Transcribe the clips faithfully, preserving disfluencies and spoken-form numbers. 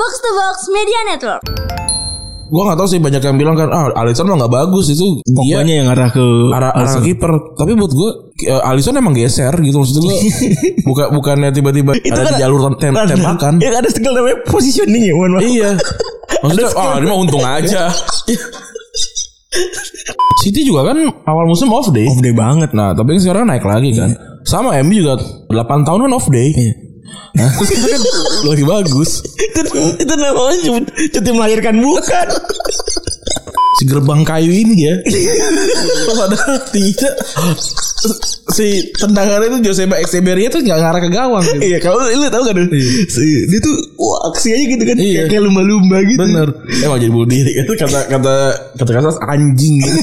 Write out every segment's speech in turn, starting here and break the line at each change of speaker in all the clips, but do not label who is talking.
Box to Box Media Network.
Gue nggak tahu sih, banyak yang bilang kan ah Alisson mah nggak bagus, itu
Pokoknya
dia
yang arah ke
arah arah kiper. Tapi buat gue uh, Alisson emang geser gitu, maksud gue bukan bukannya tiba-tiba
itu
ada
kan
di jalur tem
ada,
tembakan.
Ya ada skill namanya positioning ya, mohon maaf.
Iya. Maksudnya ah ini mah untung aja. City juga kan awal musim off day.
Off day banget.
Nah, tapi sekarang naik lagi kan. Sama M U juga delapan tahun kan off day.
Iya.
Nah, sekarang kan lebih bagus.
itu, itu namanya cuti melahirkan bukan.
Si gerbang kayu ini ya. Padahal tidak. Si tendangannya itu Joseba Echeverria tuh nggak ngarah ke gawang gitu.
Iya, kalau lu tahu kan, si, dia tuh wah, aksinya gitu kan,
iya.
kayak lumba-lumba gitu.
Bener. Emang jadi bunuh diri kan, kata kata kata kata anjing gitu.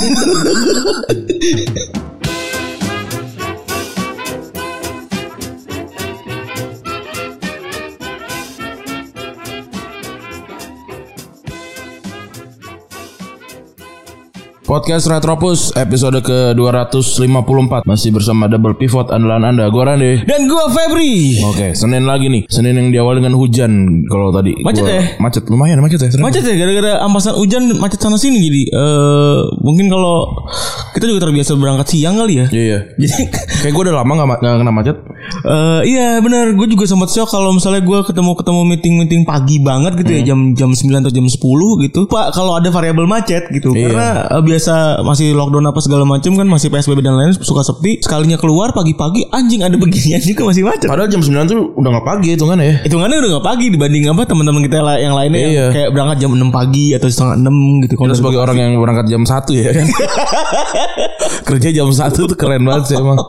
Podcast Retropus episode ke dua ratus lima puluh empat. Masih bersama double pivot andalan Anda, gue Randy.
Dan gue Febri.
Oke, Senin lagi nih. Senin yang diawali dengan hujan. Kalau tadi
macet
gua,
ya?
Macet, lumayan macet ya.
Macet ya, gara-gara ambasan hujan macet sana sini. Jadi uh, mungkin kalau kita juga terbiasa berangkat siang kali ya.
Iya, iya. Jadi kayak gue udah lama gak, gak kena macet.
uh, Iya benar. Gue juga sempat shock kalau misalnya gue ketemu-ketemu meeting-meeting pagi banget gitu, hmm. ya, jam jam sembilan atau jam sepuluh gitu, Pak, kalau ada variabel macet gitu. Iya. Karena uh, biasa masih lockdown apa segala macam kan, masih P S B B dan lain suka sepi. Sekalinya keluar pagi-pagi anjing ada beginian juga masih macet.
Padahal jam sembilan tuh udah gak pagi hitungannya ya.
Hitungannya udah gak pagi dibanding apa teman-teman kita yang lainnya, iya. Yang kayak berangkat jam enam pagi atau setengah enam gitu.
Kita sebagai orang yang berangkat jam satu ya kan. Kerja jam satu tuh keren banget sih emang.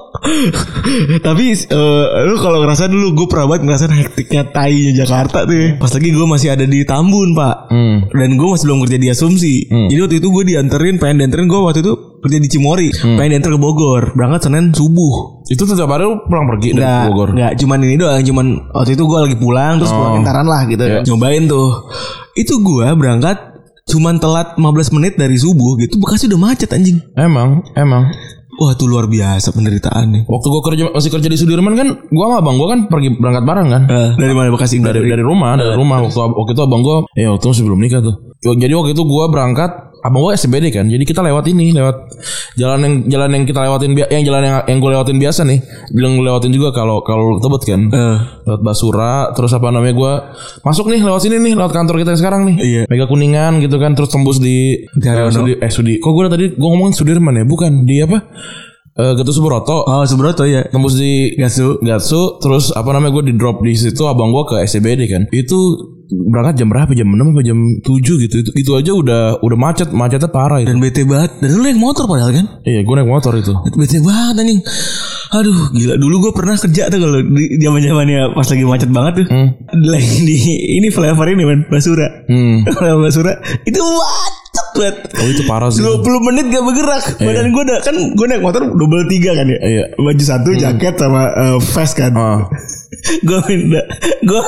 Tapi uh, lu kalau ngerasa dulu gue pernah banget ngerasain hektiknya tainya Jakarta tuh ya. Pas lagi gue masih ada di Tambun, Pak. hmm. Dan gue masih belum kerja di Asumsi. hmm. Jadi waktu itu gue dianterin, pengen dianterin gue waktu itu kerja di Cimory, hmm. pengen dianter ke Bogor. Berangkat Senin subuh.
Itu setiap hari lu pulang pergi dari Bogor?
Nggak, cuman ini doang. Cuman waktu itu gue lagi pulang, terus oh. pulang entaran lah gitu, yeah. Nyobain tuh. Itu gue berangkat cuman telat lima belas menit dari subuh gitu, Bekasi udah macet anjing.
Emang, emang.
Wah, itu luar biasa penderitaannya.
Waktu gue kerja masih kerja di Sudirman kan, gue sama abang gue kan pergi berangkat bareng kan.
Uh, dari mana Bekasi?
Dari dari rumah, uh, dari rumah. Waktu waktu itu abang gue, ya waktu masih belum nikah tuh. Jadi waktu itu gue berangkat, abang gue S C B D kan. Jadi kita lewat ini, lewat jalan yang jalan yang kita lewatin, yang jalan yang yang gue lewatin biasa nih. Bilang lewatin juga kalau kalau Tebet kan. Uh. Lewat Basura, terus apa namanya gue masuk nih lewat sini nih, lewat kantor kita yang sekarang nih.
Iya.
Mega Kuningan gitu kan, terus tembus di uh, Sudi, eh Sudi. Kok gue tadi gue ngomongin Sudirman ya, bukan di apa? Uh, Gatot Subroto.
Oh, Subroto ya.
Tembus di Gatsu, Gatsu, terus apa namanya gue di drop di situ, abang gue ke S C B D kan. Itu berangkat jam berapa? Jam enam apa jam tujuh gitu. Itu, itu aja udah udah macet, macetnya parah itu.
Dan bete banget. Dan lu naik motor padahal kan?
Iya, gue naik motor itu.
Bete banget anjing. Aduh, gila. Dulu gue pernah kerja tuh kalau di zaman-zamannya pas lagi macet banget tuh. Hmm. Lagi di ini flavor ini man, Basura. Hmm. Basura. Itu macet banget.
Oh, itu parah sih.
dua puluh menit gak bergerak. Iya. Badan gue udah kan gue naik motor double tiga kan ya. Iya. Baju satu, hmm. jaket sama uh, vest kan. Oh. Gue minta gue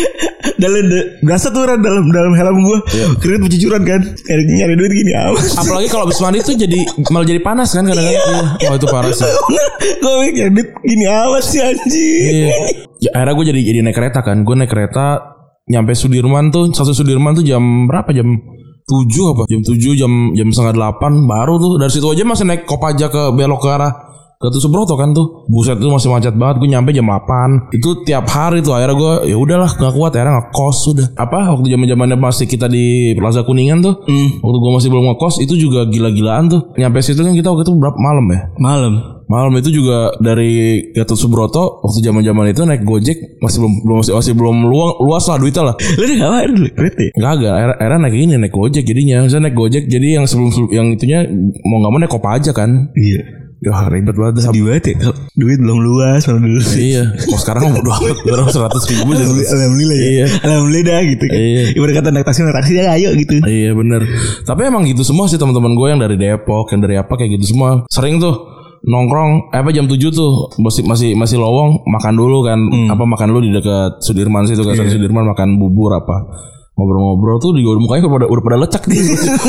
dalam berasa tuh dalam dalam helm gue, yeah. Keringet bercucuran kan, nyari, nyari duit gini awas.
Apalagi kalau habis mandi tuh jadi malah jadi panas kan kadang-kadang. Yeah. Oh itu parah sih.
Gue nyari duit gini awas sih anjing.
Yeah. Ya, akhirnya gue jadi jadi naik kereta kan. Gue naik kereta nyampe Sudirman tuh, satu Sudirman tuh jam berapa? Jam tujuh apa? Jam tujuh, jam jam setengah delapan baru tuh. Dari situ aja masih naik Kopaja ke belok ke arah Gatot Subroto kan tuh. Buset itu masih macet banget. Gue nyampe jam delapan. Itu tiap hari tuh. Akhirnya gue ya udahlah gak kuat. Akhirnya ngekos sudah. Apa waktu zaman-zamannya masih kita di Plaza Kuningan tuh. Mm. Waktu gue masih belum ngekos itu juga gila-gilaan tuh. Nyampe situ kan kita waktu itu berapa malam ya?
Malam.
Malam itu juga dari Gatot Subroto waktu zaman-zaman itu naik Gojek masih belum belum masih, masih belum luang, luas lah duitnya lah.
Lu udah enggak bayar dulu berarti?
Enggak agak. Akhirnya naik ini naik Gojek jadinya. Misalnya naik Gojek jadi yang sebelum yang itunya mau enggak mau naik Kopaja kan.
Iya.
Wah ribet banget.
Sedih banget ya. Duit belum luas kalau dulu.
Iya. Kalau sekarang mau doang berapa seratus ribu.
Alhamdulillah ya. Iya. Alhamdulillah dah gitu kan. Iya. Ibarat kata naik taksi naik taksi ya ayo gitu.
Iya benar. Tapi emang gitu semua sih teman-teman gue yang dari Depok, yang dari apa kayak gitu semua. Sering tuh nongkrong apa jam tujuh tuh masih masih masih lowong makan dulu kan. Hmm. Apa makan dulu di dekat Sudirman situ kan. Yeah. Sudirman makan bubur apa. Ngobrol-ngobrol tuh di mukanya udah pada udah pada lecak nih.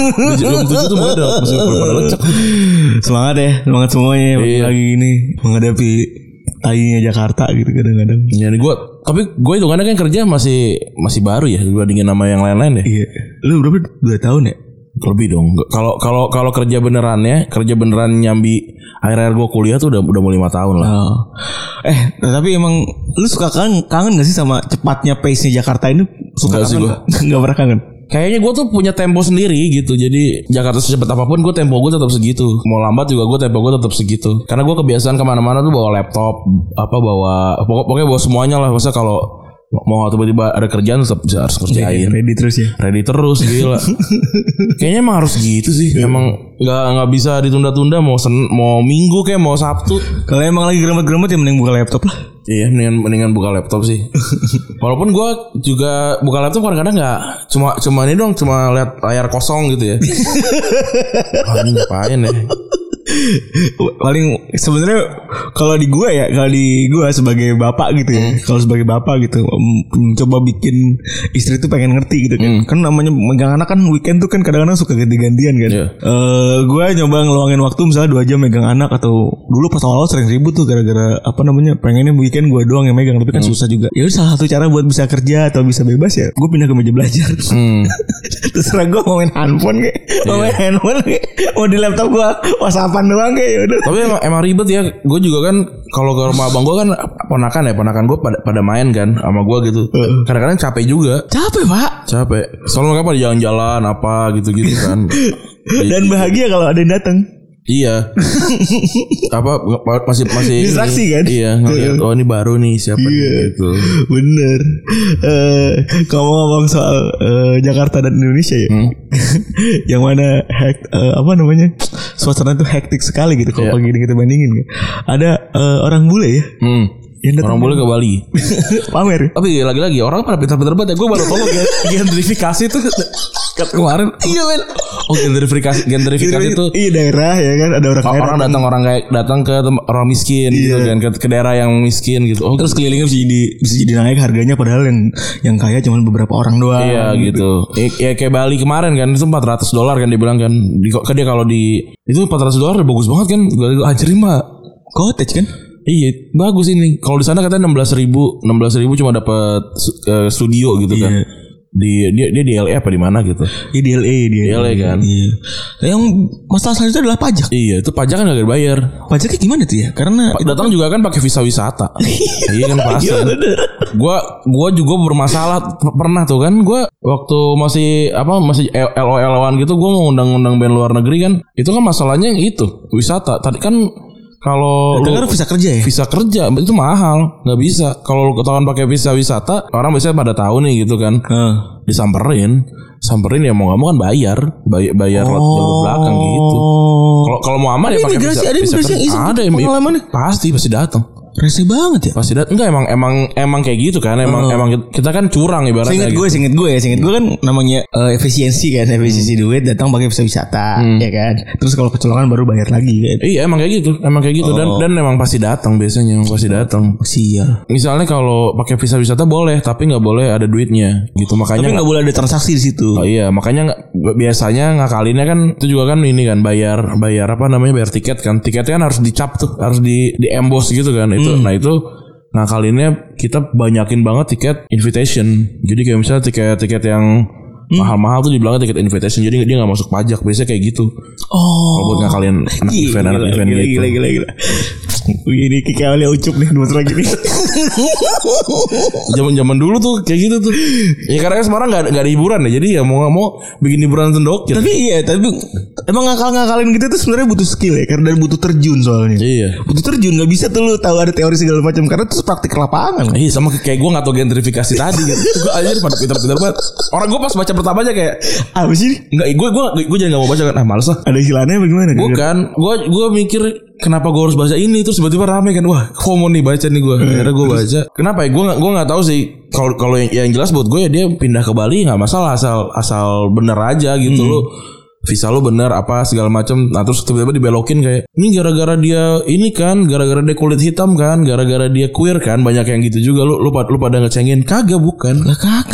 Jam tujuh tuh udah udah pada lecak.
Semangat ya, semangat semuanya. Iya. Lagi ini menghadapi tainya Jakarta gitu kadang-kadang.
Ya nih gue tapi gue hitungannya kan kerja masih masih baru ya dibandingin sama yang lain-lain ya.
Iya. Lu berapa dua tahun ya?
Lebih dong. Kalau kalau kalau kerja benerannya, kerja beneran nyambi akhir-akhir gue kuliah tuh udah udah mau lima tahun lah.
Oh. Eh, tapi emang lu suka kangen, kangen gak sih sama cepatnya pace-nya Jakarta ini? Suka
sih gue.
Enggak pernah kangen.
Kayaknya gue tuh punya tempo sendiri gitu. Jadi Jakarta secepat apapun gue tempo gue tetap segitu. Mau lambat juga gue tempo gue tetap segitu. Karena gue kebiasaan kemana-mana tuh bawa laptop, apa bawa pokok pokoknya bawa semuanya lah. Masa kalau mau tiba-tiba ada kerjaan tetap bisa harus kerjain.
Ready terus ya.
Ready terus gila. Kayaknya emang harus gitu sih. Emang nggak nggak bisa ditunda-tunda mau sen, mau minggu kayak mau Sabtu.
Kalau emang lagi geremet-geremet ya mending buka laptop lah.
Iya, mendingan mendingan buka laptop sih. Walaupun gue juga buka laptop kadang-kadang nggak cuma cuma ini dong, cuma lihat layar kosong gitu ya. Oh, ini ngapain ya?
Paling sebenarnya kalau di gua ya, kalau di gua sebagai bapak gitu ya, hmm. kalau sebagai bapak gitu coba bikin istri tuh pengen ngerti gitu kan. Hmm. Kan namanya megang anak kan weekend tuh kan kadang-kadang suka ganti-gantian kan. Yeah. Uh, gua nyoba ngeluangin waktu misalnya dua jam megang anak, atau dulu pas awal-awal sering ribut tuh gara-gara apa namanya pengennya weekend gua doang yang megang, tapi kan hmm. susah juga. Ya salah satu cara buat bisa kerja atau bisa bebas ya gua pindah ke meja belajar. Hmm. Terserah gua mau main handphone kayak, yeah. mau main handphone kayak, mau di laptop gua WhatsApp doang kayak udah. Tapi
emang, emang ribet ya. Gue juga kan kalau ke rumah abang gue kan ponakan ya, ponakan gue pada, pada main kan sama gue gitu. Uh. Kadang-kadang capek juga.
Capek pak.
Capek. Soalnya apa di jalan-jalan apa gitu-gitu kan.
Dan bahagia kalau ada yang datang.
Iya. Apa masih masih
distraksi kan?
Iya. Ngeliat, oh ini baru nih siapa
iya.
gitu.
Bener. Uh, kalau ngomong soal uh, Jakarta dan Indonesia ya, hmm? yang mana hek, uh, apa namanya suasana itu hektik sekali gitu kalau yeah. pagi ini kita bandingin. Ada uh, orang bule ya. Hmm.
Orang boleh ke Bali.
Pamer.
Tapi lagi-lagi orang pada pintar-pintar banget. Gue baru tolong ya gentrifikasi itu kemarin.
Iya men.
Oh gentrifikasi, gentrifikasi itu.
Iya daerah ya kan, ada orang
kaya. Orang datang orang kayak datang ke orang miskin iya. gitu kan, ke, ke daerah yang miskin gitu.
Oh, terus kelilingnya bisa jadi bisa jadi naik harganya, padahal yang yang kaya cuma beberapa orang doang.
Iya gitu. gitu. Ya, ya kayak Bali kemarin kan itu empat ratus dolar kan dibilang kan. Di kan dia kalau di itu empat ratus dolar bagus banget kan. Gue anjir mah.
Cottage kan?
Iya bagus ini. Kalau di sana katanya enam belas ribu enam belas ribu cuma dapat uh, studio gitu kan. Iya. Di dia dia di L A apa di mana gitu.
Iya di L A dia.
Di L A kan.
Iya. Nah, yang masalah selanjutnya adalah pajak.
Iya, itu pajak kan enggak dibayar.
Pajaknya gimana tuh ya? Karena
pa- datang juga kan pakai visa wisata. Iya kan pasti. Iya, gua gua juga bermasalah p- pernah tuh kan gua waktu masih apa masih L O L-an gitu gua mau undang-undang band luar negeri kan. Itu kan masalahnya yang itu, wisata. Tadi kan kalau
lu kan visa kerja ya?
Visa kerja itu mahal, nggak bisa. Kalau lu ketahuan pakai visa wisata, orang biasanya pada tahu nih gitu kan. Hmm. Disamperin, samperin ya mau nggak mau kan bayar, bayar, bayar oh. jalur belakang gitu. Kalau kalau mau aman ya pakai visa.
Ada
visa
imigrasi yang
ada
pengalaman nih.
Pasti pasti datang.
Rese banget ya.
Pasti datang. Enggak emang emang emang kayak gitu kan. Emang oh. emang kita kan curang ibaratnya.
Seinget gue,
gitu.
seinget gue ya, seinget gue kan namanya uh, efisiensi kan, efisiensi hmm. duit, datang pakai visa wisata, hmm. ya kan. Terus kalau kecolongan baru bayar lagi kan. Iya
emang kayak gitu, emang kayak gitu oh. dan dan emang pasti datang biasanya, emang pasti datang.
Sial.
Misalnya kalau pakai visa wisata boleh, tapi nggak boleh ada duitnya, gitu makanya.
Tapi nggak boleh ada transaksi di situ.
Oh iya, makanya nggak biasanya ngakalinnya kan itu juga kan ini kan bayar bayar apa namanya bayar tiket kan, tiketnya kan harus dicap tuh, harus di di emboss gitu kan itu, hmm. nah itu. Nah kali ini kita banyakin banget tiket invitation. Jadi kayak misalnya tiket-tiket yang hmm. mahal-mahal tuh dibilang tiket invitation. Jadi dia gak masuk pajak. Biasanya kayak gitu.
Oh.
Kalau buat ngakalin anak
gila,
event anak
gila,
event
gila,
gitu.
Gila gila gila. Ini kayak awalnya ucup nih dua lagi nih.
Zaman-zaman dulu tuh kayak gitu tuh. Ya karena Semarang gak, gak ada hiburan ya. Jadi ya mau gak mau bikin hiburan sendok.
Tapi iya, tapi emang ngakal-ngakalin gitu tuh sebenarnya butuh skill ya, karena butuh terjun soalnya.
Iya.
Butuh terjun, nggak bisa tuh lu tahu ada teori segala macam karena itu praktik lapangan.
Iya sama kayak gue nggak tahu gentrifikasi tadi gitu. Gue aja pada pintar-pintar banget. Orang gue pas baca pertama aja kayak
apa sih?
Nggak, gue gue gue jadi nggak mau baca kan. Ah males lah.
Ada istilahnya bagaimana?
Bukan. Gue gue mikir kenapa gue harus baca ini, terus tiba-tiba rame kan. Wah FOMO nih baca nih gue. Akhirnya gue baca. Kenapa ya? Gue nggak gue nggak tahu sih. Kalau kalau yang, yang jelas buat gue ya dia pindah ke Bali nggak masalah, asal asal bener aja gitu hmm. lo. Visa lo bener apa segala macam. Nah terus tiba-tiba dibelokin kayak ini gara-gara dia ini kan, gara-gara dia kulit hitam kan, gara-gara dia queer kan, banyak yang gitu juga. Lu lu, lu pada ngecengin. Kagak bukan.
Lah kagak.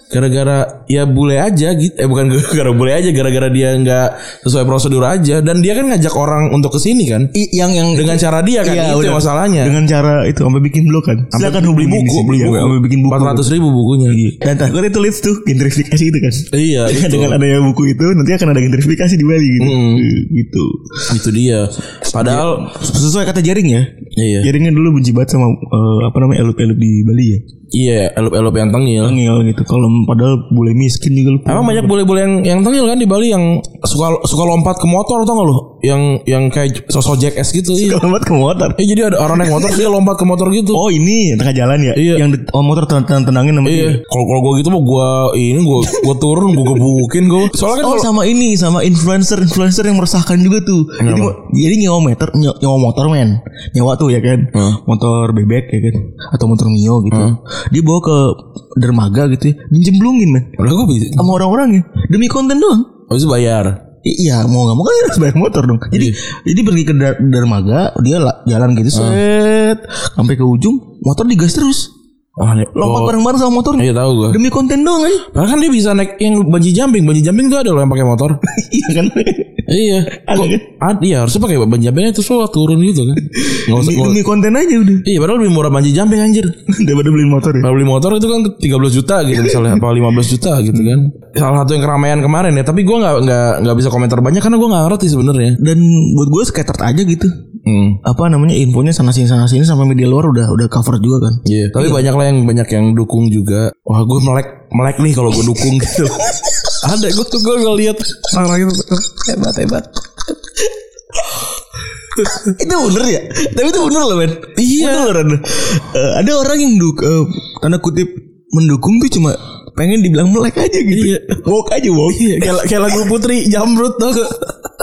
gara-gara ya bule aja gitu. Eh bukan gara-gara bule aja, gara-gara dia nggak sesuai prosedur aja. Dan dia kan ngajak orang untuk kesini kan.
I, yang yang
dengan cara dia kan,
iya,
itu
udah,
masalahnya.
Dengan cara itu sampai bikin blog kan. Silakan
beli buku, beli buku,
sampai bikin buku.
empat ratus ribu bukunya.
Iya. Dan takut itu leads tuh gentrifikasi itu kan.
Iya.
Dengan adanya buku itu nanti akan ada gentrifikasi di Bali gitu.
Mm.
Gitu.
Itu dia. Padahal
sesuai kata Jaring ya.
Iya.
Jaringnya dulu benci banget sama uh, apa namanya elup-elup di Bali ya.
Iya, elup-elup yang tengil.
Tengil gitu. Kalau padahal bule miskin juga lu.
Emang banyak bule-bule yang yang tengil kan di Bali yang suka suka lompat ke motor, tau gak lu? Yang yang kayak sosok jackass gitu.
Suka
iya.
lompat ke motor.
Eh jadi ada orang naik motor dia lompat ke motor gitu.
Oh ini tengah jalan ya?
Iya.
Yang di, oh, motor tenang-tenangin sama
iya. Kalau kalau gue gitu mau gue ini gue gue turun gue gebukin gue. Soalnya kan
oh
kalo,
sama ini sama influencer-influencer yang meresahkan juga tuh. Jadi, jadi nyewa motor nyewa motor men. Nyewa tuh ya kan. Hmm. Motor bebek ya kan atau motor Mio gitu. Hmm. Dia bawa ke dermaga gitu ya, dijemblungin men.
Udah gue bisa
sama orang-orangnya demi konten doang.
Habis bayar.
Iya mau nggak mau kan harus bayar motor dong. Jadi iya. jadi pergi ke dar- dermaga dia la- jalan gitu set uh. sampai ke ujung motor digas terus. Oh, lompat oh. bareng-bareng sama motornya.
Iya tahu gue.
Demi konten doang aja.
Padahal kan dia bisa naik yang bungee jumping. Bungee jumping tuh ada loh yang pakai motor.
Iya kan.
Iya. Ada kan? Ada, iya harusnya pakai bungee jumping itu soal turun gitu kan.
Nggak usah demi konten aja udah.
Iya padahal lebih murah bungee jumping anjir.
Daripada beli motor ya.
Kalau beli motor itu kan tiga belas juta gitu misalnya apa lima belas juta gitu kan. Salah satu yang keramaian kemarin ya, tapi gue enggak enggak enggak bisa komentar banyak karena gue enggak ngerti sebenarnya.
Dan buat gue scattered aja gitu.
Hmm.
Apa namanya infonya sana sini sana sini sampai media luar udah udah cover juga kan.
Iya, yeah. Tapi iya. banyak lah yang banyak yang dukung juga. Wah, gue melek melek nih kalau gue dukung gitu. Ada gue tuh gue ngeliat orang itu hebat hebat.
Itu bener ya? Tapi itu bener loh men.
Iya.
Bener, uh, ada orang yang duk, uh, tanda kutip mendukung tuh cuma pengen dibilang melek aja gitu.
Iya.
Wok aja wok.
Iya. Kayak kayak lagu Putri Jamrut tau gak?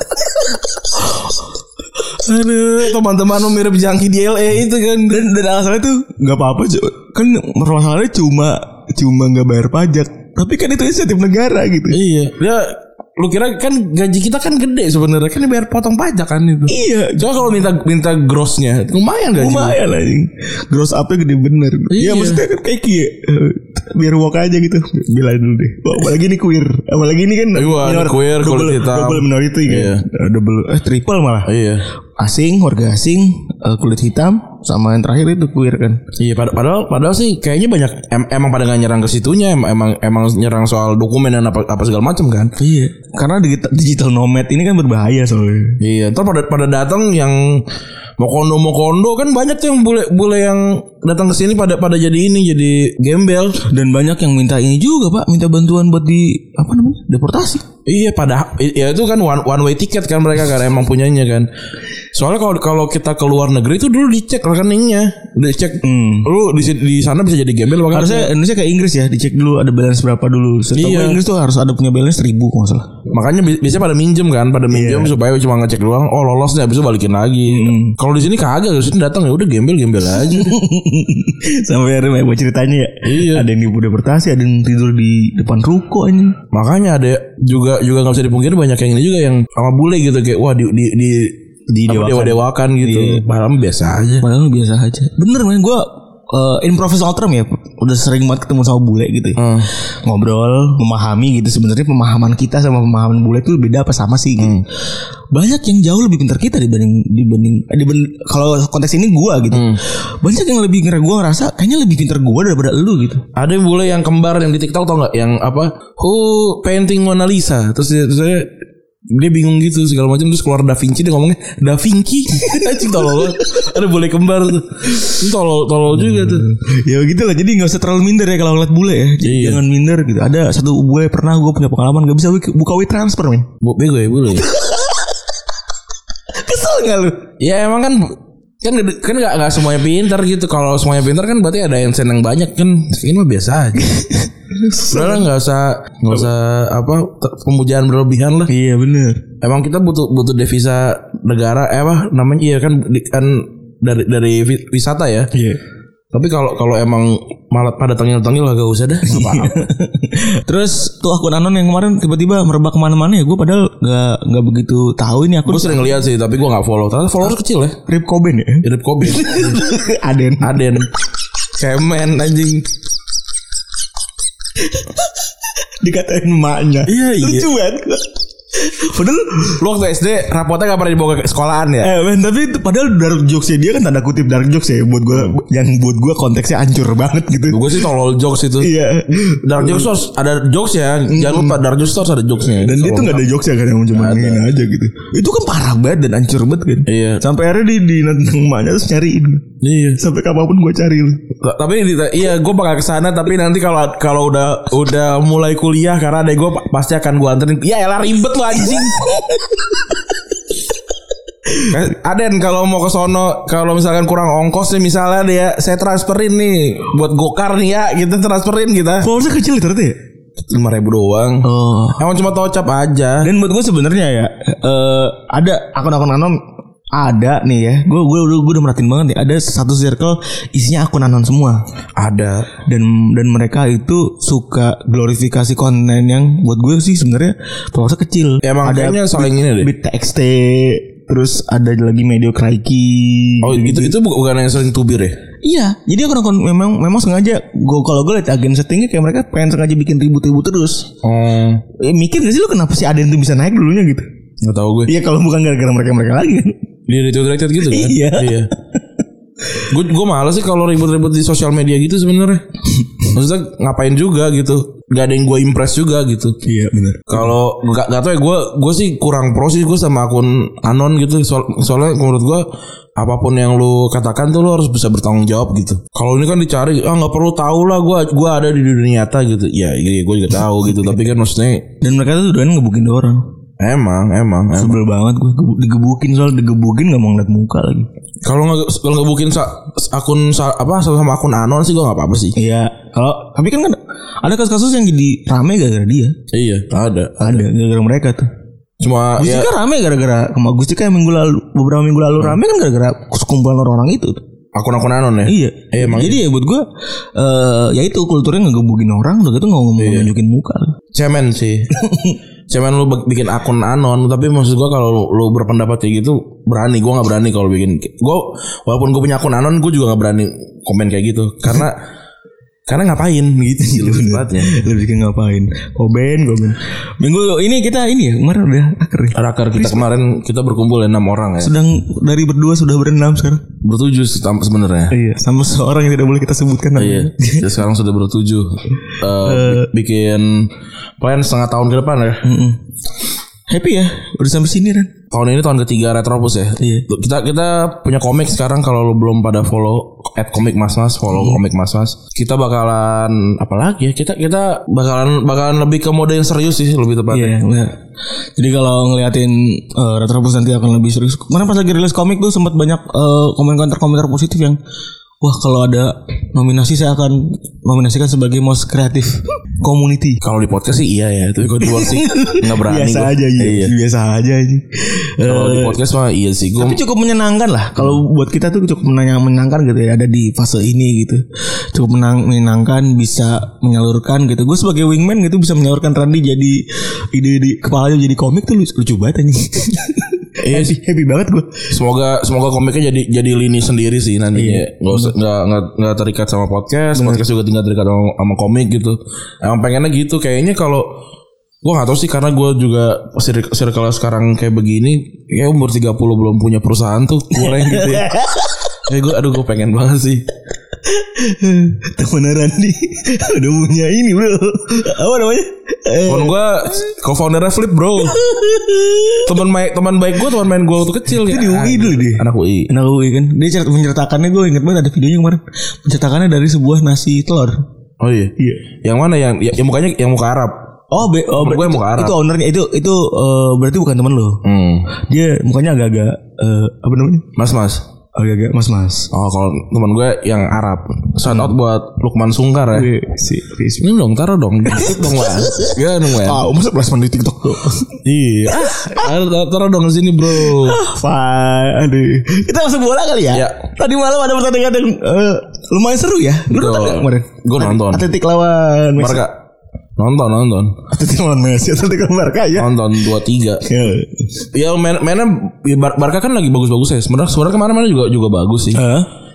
Aduh, teman-teman mirip Jangki di L A itu kan.
Dan dan alasannya tuh nggak apa-apa kan masalahnya cuma cuma nggak bayar pajak. Tapi kan itu inisiatif negara gitu.
Iya. Ya lu kira kan gaji kita kan gede sebenarnya kan biar potong pajak kan itu.
Iya.
Coba kalau minta minta grossnya lumayan gaji.
Lumayan lah. Gross upnya gede bener. Iya ya, maksudnya kan kayak kia. Biar walk aja gitu. Bilain dulu deh. Wah, apalagi ini queer. Apalagi ini kan
Wah, minor, queer
double, double minority kan. Iya. Double eh triple malah.
Iya.
Asing, warga asing, uh, kulit hitam, sama yang terakhir itu queer kan.
Iya, pad- padahal padahal sih kayaknya banyak em- emang pada nggak nyerang ke situnya, em- emang emang nyerang soal dokumen dan apa apa segala macam kan.
Iya. Karena digital, digital nomad ini kan berbahaya soalnya.
Iya, terus pada pada datang yang mau kondo mau kondo kan banyak tuh yang bule bule yang datang ke sini pada pada jadi ini jadi gembel
dan banyak yang minta ini juga Pak, minta bantuan buat di apa namanya deportasi.
Iya pada ya itu kan one one way ticket kan mereka kan emang punyanya kan. Soalnya kalau kalau kita ke luar negeri itu dulu dicek rekeningnya, dicek hmm. lu di di sana bisa jadi gembel.
Harusnya Indonesia kayak Inggris ya, dicek dulu ada balance berapa dulu. Setahu iya. Inggris tuh harus ada punya balance seribu kalau salah.
Makanya biasanya pada minjem kan, pada minjem yeah. supaya cuma ngecek doang. Oh lolos deh, habis itu balikin lagi. Hmm. Kalau di sini kagak, di sini datang ya udah gembel-gembel aja.
Sampai ada banyak ceritanya ya. Iya. Ada yang deportasi, ada yang tidur di depan ruko aja.
Makanya ada juga juga nggak bisa dipungkiri banyak yang ini juga yang sama bule gitu kayak wah di di di di dewa-dewakan gitu. Iya. Padahal biasa aja.
Padahal biasa aja. Bener man, gue uh, in professional term ya udah sering banget ketemu sama bule gitu ya. Hmm. Ngobrol, memahami gitu. Sebenarnya pemahaman kita sama pemahaman bule itu beda apa sama sih gitu. Hmm. Banyak yang jauh lebih pintar kita dibanding dibanding, dibanding kalau konteks ini gue gitu. Hmm. Banyak yang lebih ngerasa gue ngerasa kayaknya lebih pintar gue daripada lu gitu.
Ada yang bule yang kembar yang di TikTok tau nggak? Yang apa? Who painting Mona Lisa? Terus terus saya dia bingung gitu segala macam terus keluar Da Vinci dia ngomongnya Da Vinci anjing tolol ada boleh kembar tuh tolol tolol juga tuh
ya begitulah jadi nggak usah terlalu minder ya kalau ngeliat bule ya iya. Jangan minder gitu ada satu bule pernah gue punya pengalaman nggak bisa buka WeTransfer men
bego ya bule
kesel nggak lu
ya emang kan kan kan nggak nggak semuanya pintar gitu kalau semuanya pintar kan berarti ada yang senang banyak kan ini mah biasa aja sebenarnya nggak usah nggak usah apa pemujaan berlebihan lah
iya benar
emang kita butuh butuh devisa negara eh apa namanya iya kan kan dari dari wisata ya
iya
tapi kalau kalau emang malah pada tengil-tengil gak usah dah apa-apa.
Terus tuh akun anon yang kemarin tiba-tiba merebak kemana-mana ya gue padahal nggak nggak begitu tahu ini akun.
Gue sering lihat sih tapi gue nggak follow. Ternyata followers kecil ya.
Rip Coben ya.
Rip Coben.
Aden.
Aden. Kemen anjing.
Dikatain emaknya.
Iya, iya.
Lucu banget. Padahal
lu waktu S D rapotnya gak pernah dibawa ke sekolahan ya?
Eh men, tapi itu padahal dark jokesnya dia kan tanda kutip dark jokes ya. Buat gue hmm. Yang buat gue konteksnya hancur banget gitu.
Gue sih tolol jokes itu.
Iya.
Dark jokes harus ada jokes ya. mm. Jangan lupa dark jokes harus ada jokesnya.
Dan dia tuh gak ada jokesnya kan, yang cuma ngene aja gitu. Itu kan parah banget dan hancur banget kan.
Iya.
Sampai akhirnya di di nantang emaknya terus cariin. Iya. Sampai kapanpun gue cari lu.
Tapi iya gue bakal kesana. Tapi nanti kalau kalau udah udah mulai kuliah, karena adek gue pasti akan gue anterin. Ya elah ribet lu anjing. Aden kalau mau ke sono, kalau misalkan kurang ongkos nih, misalnya dia saya transferin nih buat gokar nih ya, kita transferin kita.
Followersnya kecil ternyata ya,
lima ribu doang. Oh. Emang cuma tocap aja.
Dan buat gue sebenarnya ya uh, ada akun-akun anon ada nih ya. Gue gue gue udah merhatiin banget nih. Ada satu circle isinya akun anon semua.
Ada.
Dan dan mereka itu suka glorifikasi konten yang buat gue sih sebenarnya followersnya kecil.
Ya, emang
ada
kayaknya saling ini deh.
Bit T X T, terus ada lagi Medio Kraiki.
Oh gitu, itu bukan yang sering tubir ya?
Iya, jadi akun-akun memang memang sengaja. Gue kalau gue liat agen settingnya kayak mereka pengen sengaja bikin ribut-ribut terus. Oh. Eh, mikir gak sih lu kenapa sih Aden tuh bisa naik dulunya gitu?
Gak tau gue.
Iya, kalau bukan gara-gara mereka-mereka lagi kan.
Dia retweet gitu kan?
Iya.
Iya. Gue gue malas sih kalau ribut-ribut di sosial media gitu sebenarnya. Maksudnya ngapain juga gitu? Gak ada yang gue impress juga gitu.
Iya benar.
Kalau gak gak tau ya, gue gue sih kurang pro sih gue sama akun anon gitu. Soal, soalnya menurut gue apapun yang lu katakan tuh lu harus bisa bertanggung jawab gitu. Kalau ini kan dicari, ah nggak perlu tahu lah gue gue ada di dunia nyata gitu. Ya, ya gue juga tahu gitu. Tapi kan maksudnya. Dan
mereka tuh doain ngebukin orang.
Emang, emang, emang.
Sebel banget gue digebukin, soal digebukin nggak mau ngeliat muka lagi.
Kalau nggak kalau ngebukin sa, akun sa, apa sama akun anon sih gue nggak apa-apa sih.
Iya. Kalau tapi kan ada, ada kasus-kasus yang jadi rame gara-gara dia.
Iya, ada,
ada, ada gara-gara mereka tuh.
Cuma
Gustika ya, rame gara-gara kema Gustika yang minggu lalu beberapa minggu lalu hmm. rame kan gara-gara sekumpulan orang-orang itu.
Akun-akun anon ya.
Iya.
Eh, emang
jadi ya buat gue, uh, ya itu kulturnya ngegebukin orang, udah gitu nggak ngomong iya. nunjukin muka.
Cemen sih. Cemen lu bikin akun anon, tapi maksud gue kalau lu, lu berpendapat kayak gitu berani, gue nggak berani kalau bikin. Gue walaupun gue punya akun anon, gue juga nggak berani komen kayak gitu karena karena ngapain gitu sih lu tempatnya.
Lu bikin ngapain? Komen, komen. Minggu ini kita ini ya kemarin udah akhir.
Akar kita kemarin kita berkumpul ya enam orang ya.
Sedang dari berdua sudah berenam sekarang.
Bertujuh sebenarnya.
Iya, sama seorang yang tidak boleh kita sebutkan namanya.
Iya. Sekarang sudah bertujuh. uh, uh, bikin plan setengah tahun ke depan ya. Mm-mm.
Happy ya, udah sampai sini kan.
Tahun ini tahun ketiga Retropus ya.
Iya.
Kita kita punya komik sekarang, kalau lu belum pada follow at komik mas mas follow hmm. komik mas mas. Kita bakalan apa lagi ya? Kita kita bakalan bakalan lebih ke mode yang serius sih lebih tepatnya.
Iya, benar. Jadi kalau ngeliatin uh, Retropus nanti akan lebih serius. Kemarin pas lagi rilis komik tuh sempat banyak uh, komentar-komentar positif yang wah, kalau ada nominasi saya akan nominasikan sebagai most creative community.
Kalau di podcast sih iya ya, tapi kalau di luar sih nggak berani.
Biasa gua. aja ya, iya. biasa aja aja.
Kalau uh, di podcast mah iya sih. Gua...
Tapi cukup menyenangkan lah. Kalau buat kita tuh cukup menyenangkan gitu ya, ada di fase ini gitu. Cukup menang, menyenangkan, bisa menyalurkan gitu. Gue sebagai wingman gitu bisa menyalurkan Randy jadi ide di kepalanya jadi komik tuh lucu, lucu banget anjing.
Iya
happy, happy banget gue.
Semoga semoga komiknya jadi jadi lini sendiri sih nantinya. Iya. Nggak usah nggak nggak nggak terikat sama podcast. Bener. Podcast juga tinggal terikat sama, sama komik gitu. Emang pengennya gitu. Kayaknya kalau gue nggak tahu sih, karena gue juga circle sekarang kayak begini. Kayak umur tiga puluh belum punya perusahaan tuh kurang gitu ya. Kayak gue aduh gue pengen banget sih.
Temen Randy udah punya ini bro, apa namanya?
Temen gue co-foundernya Flip bro. Teman baik teman baik gue, teman main gue waktu kecil.
Itu ya, di U I dulu deh.
Anak U I.
Anak U I kan. Dia menceritakannya, gue inget banget ada videonya kemarin. Menceritakannya dari sebuah nasi telur.
Oh iya. Iya. Yang mana yang ya, yang mukanya yang muka Arab.
Oh, be, oh ber- gue muka Arab. Itu ownernya itu itu uh, berarti bukan teman lo. Hmm. Dia mukanya agak-agak uh, apa namanya?
Mas-mas.
Agak-agak mas-mas.
Oh, kalau teman gue yang Arab. Shout out buat Lukman Sungkar ya.
Wih, si, si.
Ini dong, taruh dong. Dikit dong lah. Gak dong lah.
Ah, masa placement di TikTok tuh.
Iya. Ah, taruh dong di sini bro.
Ah, fine. Aduh. Kita masuk bola kali ya.
Ya.
Tadi malam ada pertandingan yang uh, lumayan seru ya. Lu nonton kemarin?
Gue nonton.
Atletik lawan Messi.
Barca. Nonton nonton.
Atletik lawan Messi, Atletik lawan Barca ya.
Nonton dua tiga. Ya main mainnya ya, Barca kan lagi bagus-bagus ya. Sebenarnya sebenarnya kemarin-kemarin juga juga bagus sih. Uh.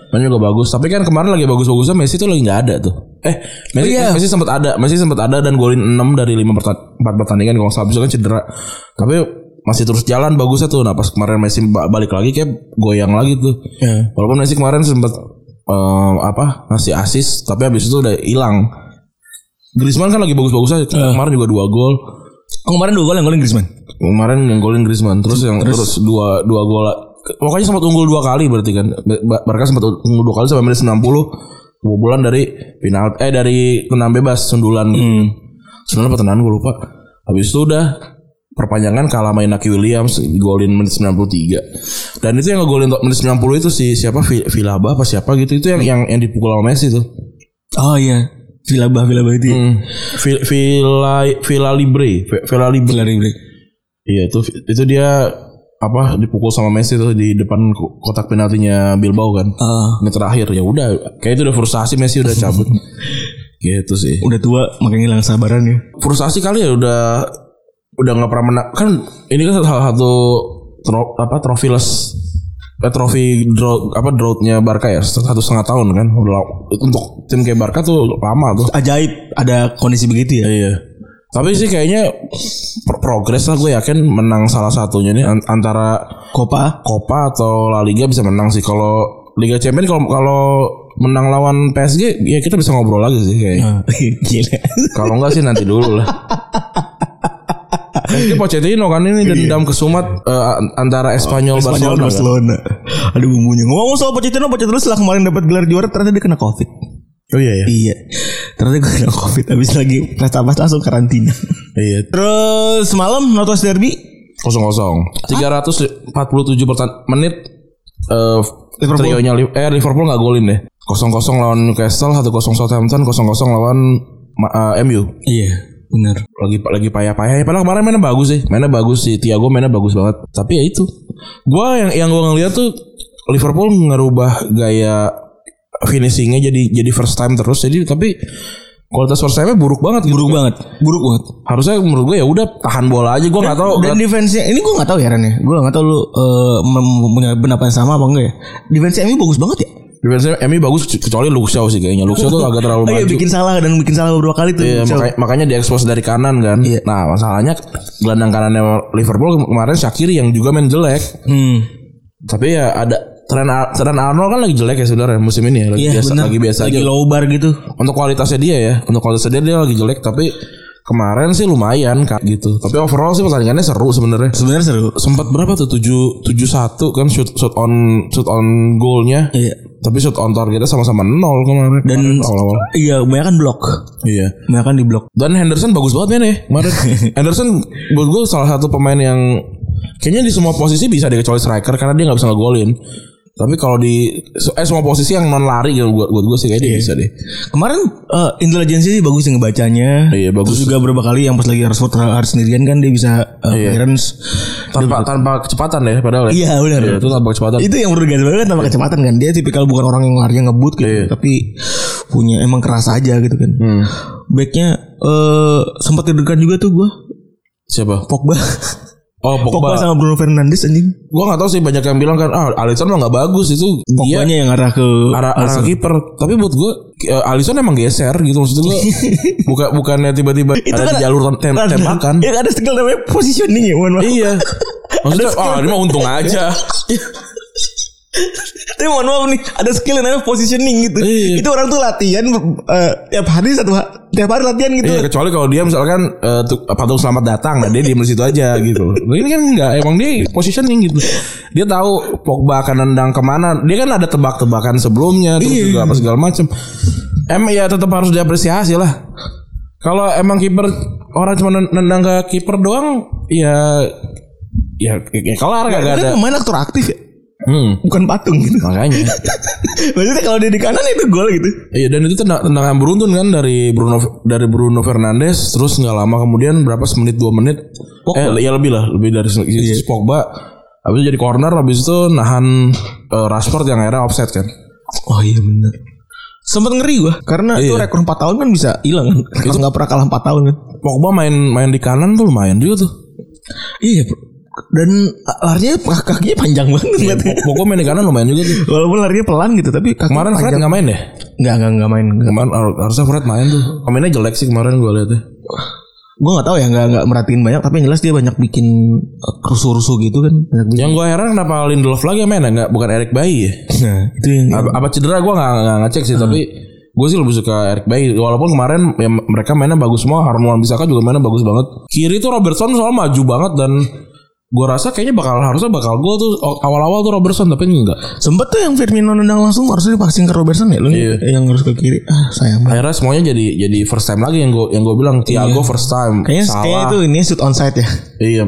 Mainnya juga bagus. Tapi kan kemarin lagi bagus-bagusnya Messi tuh lagi nggak ada tuh. Eh Messi, oh, iya. Messi sempat ada, Messi sempat ada dan golin enam dari lima empat pertandingan kalau salah kan cedera. Tapi masih terus jalan bagusnya tuh. Nah pas kemarin Messi balik lagi kayak goyang lagi tuh. Yeah. Walaupun Messi kemarin sempat um, apa ngasih assist, tapi habis itu udah hilang. Griezmann kan lagi bagus-bagusnya. Uh. Kemarin juga dua gol.
Oh, kemarin dua gol yang golin Griezmann.
Kemarin yang golin Griezmann. Terus yang terus, terus dua dua gol. Pokoknya sempat unggul dua kali berarti kan. Barca sempat unggul dua kali sampai menit sembilan puluh. Kebobolan dari final eh dari tendangan bebas sundulan. Hmm. Sundulan apa tendangan gue lupa. Habis itu udah perpanjangan kalah main Naki Williams golin menit sembilan puluh tiga. Dan itu yang ngegolin menit sembilan puluh itu si siapa Vilaba apa siapa gitu. Itu yang yang yang dipukul sama Messi tuh.
Oh iya. Vilaba Vilaba itu. Hmm.
Villa Villa Libre, Villa Libre.
Villa Libre.
Iya itu itu dia apa dipukul sama Messi tuh di depan kotak penaltinya Bilbao kan. Uh. Ini terakhir ya udah kayak itu udah frustasi Messi udah cabut. Gitu sih.
Udah tua makanya hilang sabaran ya.
Frustasi kali ya udah udah enggak pernah menang. Kan ini kan salah satu tro, apa trofiless eh, trofi draw apa drought-nya Barca ya satu setengah tahun kan. Udah untuk tim kayak Barca tuh lama tuh.
Ajaib ada kondisi begitu ya.
Iya. Tapi sih kayaknya progres lah gue yakin menang salah satunya nih antara
Copa,
Copa atau La Liga bisa menang sih. Kalau Liga Champions kalau kalau menang lawan P S G ya kita bisa ngobrol lagi sih kayaknya.
Gila.
Kalau enggak sih nanti dulu lah. Nanti Pochettino kan ini dendam kesumat uh, antara Espanyol,
oh, Barcelona. Barcelona. Kan? Ada bumbunya. Ngomong soal Pochettino, Pochettino setelah kemarin dapat gelar juara ternyata dia kena Covid.
Oh iya ya.
Iya. Ternyata gue kena Covid habis lagi pas-pas langsung karantina.
Iya.
Terus semalam Notos Derby
kosong kosong. tiga ratus empat puluh tujuh pertan- menit uh, trionya eh Liverpool enggak golin deh. kosong kosong lawan Newcastle, satu kosong Southampton, kosong kosong lawan uh, M U.
Iya, benar.
Lagi lagi payah-payah. Padahal kemarin mainnya bagus sih. Mainnya bagus sih. Thiago mainnya bagus banget. Tapi ya itu. Gua yang yang gua ngeliat tuh Liverpool ngerubah gaya finishingnya jadi jadi first time terus jadi tapi kualitas first time-nya buruk banget
buruk gitu. banget buruk banget
harusnya menurut gue ya udah tahan bola aja gue nggak tahu
dan defense-nya ini gue nggak tahu ya Ren ya gue nggak tahu lu uh, punya pendapat sama apa enggak ya defense-nya M U bagus banget ya
defense-nya M U bagus kecuali Luxiao sih kayaknya Luxiao tuh agak terlalu maju
bikin salah dan bikin salah beberapa kali tuh
iya, makanya, makanya diekspos dari kanan kan iya. Nah masalahnya gelandang kanannya Liverpool kemarin Shaqiri yang juga main jelek hmm. Tapi ya ada Trent Arnold kan lagi jelek ya sebenarnya musim ini ya lagi iya, biasa bener. lagi biasa
lagi
aja.
Low bar gitu.
Untuk kualitasnya dia ya, untuk kualitasnya dia dia lagi jelek tapi kemarin sih lumayan kak gitu. Tapi overall sih pertandingannya seru sebenarnya.
Sebenarnya seru.
Sempat berapa tuh tujuh tujuh satu kan shoot shoot on shoot on goalnya. Iya. Tapi shoot on targetnya sama-sama nol kemarin.
Dan
awal-awal.
Iya, banyak kan blok.
Iya.
Banyak kan di blok.
Dan Henderson bagus banget ya nih kemarin. Henderson buat gue salah satu pemain yang kayaknya di semua posisi bisa deh kecuali striker karena dia nggak bisa ngegolin. Tapi kalau di eh semua posisi yang non lari gitu buat buat gue sih kayaknya iya. Bisa deh.
Kemarin uh, intelijensi sih bagus yang ngebacanya.
Iya bagus.
Terus juga beberapa kali yang pas lagi Rashford harus sendirian kan dia bisa uh, iya. clearance
tanpa tanpa kecepatan ya padahal ya.
Iya benar. Iya,
itu tanpa kecepatan.
Itu yang bergantung banget tanpa kecepatan kan. Dia tipikal bukan orang yang larinya ngebut gitu, iya. Tapi punya emang keras aja gitu kan. Hmm. Backnya uh, sempat deg-degan juga tuh gue.
Siapa?
Pogba.
Oh
Pogba
Pogba
sama Bruno Fernandes anjing.
Gua enggak tahu sih banyak yang bilang kan ah Alisson mah enggak bagus itu.
Pogbanya yang arah ke
arah, arah kiper. Tapi buat gua uh, Alisson emang geser gitu maksud gua. Bukan bukannya tiba-tiba ada kan di jalur tem tembakan.
Ya ada skill namanya positioning ya, mohon maaf.
Iya. Maksudnya ah ini mah untung aja.
Tapi mohon maaf nih, ada skill yang namanya positioning gitu. Iya. Itu orang tuh latihan uh, tiap hari satu tiap hari latihan gitu.
Iya, kecuali kalau dia misalkan uh, tuh, patung selamat datang, nah dia di situ aja gitu. Nah, ini kan enggak, emang dia positioning gitu. Dia tahu Pogba akan nendang kemana. Dia kan ada tebak-tebakan sebelumnya, terus iya. Juga apa segala macam. Emang ya tetap harus diapresiasi lah. Kalau emang kiper orang cuma nendang ke kiper doang, ya ya, ya kelar
ya,
kagak ada.
Pemain aktor aktif ya.
Hmm.
Bukan patung gitu.
Makanya
maksudnya kalau dia di kanan itu gol gitu.
Iya dan itu tendang, tendangan beruntun kan dari Bruno dari Bruno Fernandes. Terus gak lama kemudian berapa semenit dua menit Pogba. Eh ya lebih lah lebih dari iya. Pogba. Habis itu jadi corner. Habis itu nahan uh, Rashford yang akhirnya offset kan.
Oh iya benar. Sempet ngeri gua karena iya. Itu rekor empat tahun kan bisa hilang kan. Itu gak pernah kalah empat tahun kan.
Pogba main main di kanan tuh lumayan juga tuh.
Iya bro. Dan larinya kakinya panjang banget.
Ya, pokoknya main di kanan lumayan juga tuh.
Walaupun larinya pelan gitu, tapi
kemarin Fred nggak main deh.
Nggak nggak nggak main.
Kemarin harusnya Fred main tuh. Mainnya jelek sih kemarin gue liatnya.
Gue nggak tahu ya, nggak nggak merhatiin banyak, tapi yang jelas dia banyak bikin rusuh-rusuh gitu kan.
Yang gue heran kenapa Lindelof lagi yang main ya, nggak bukan Eric Bailly ya?
Nah itu yang
apa, apa cedera gue nggak nggak ngecek sih, hmm. tapi gue sih lebih suka Eric Bailly. Walaupun kemarin ya, mereka mainnya bagus semua. Harun Wan-Bissaka juga mainnya bagus banget. Kiri tuh Robertson soalnya maju banget dan gue rasa kayaknya bakal harusnya bakal gol tuh awal-awal tuh Robertson, tapi enggak.
Sempet tuh yang Firmino nendang langsung harusnya dipasing ke Robertson ya, lu iya. Yang harus ke kiri. Ah sayang banget. Akhirnya
semuanya jadi jadi first time lagi yang gue yang gue bilang Thiago iya. first time.
Kayaknya kayaknya itu ini shoot onside ya.
Iya.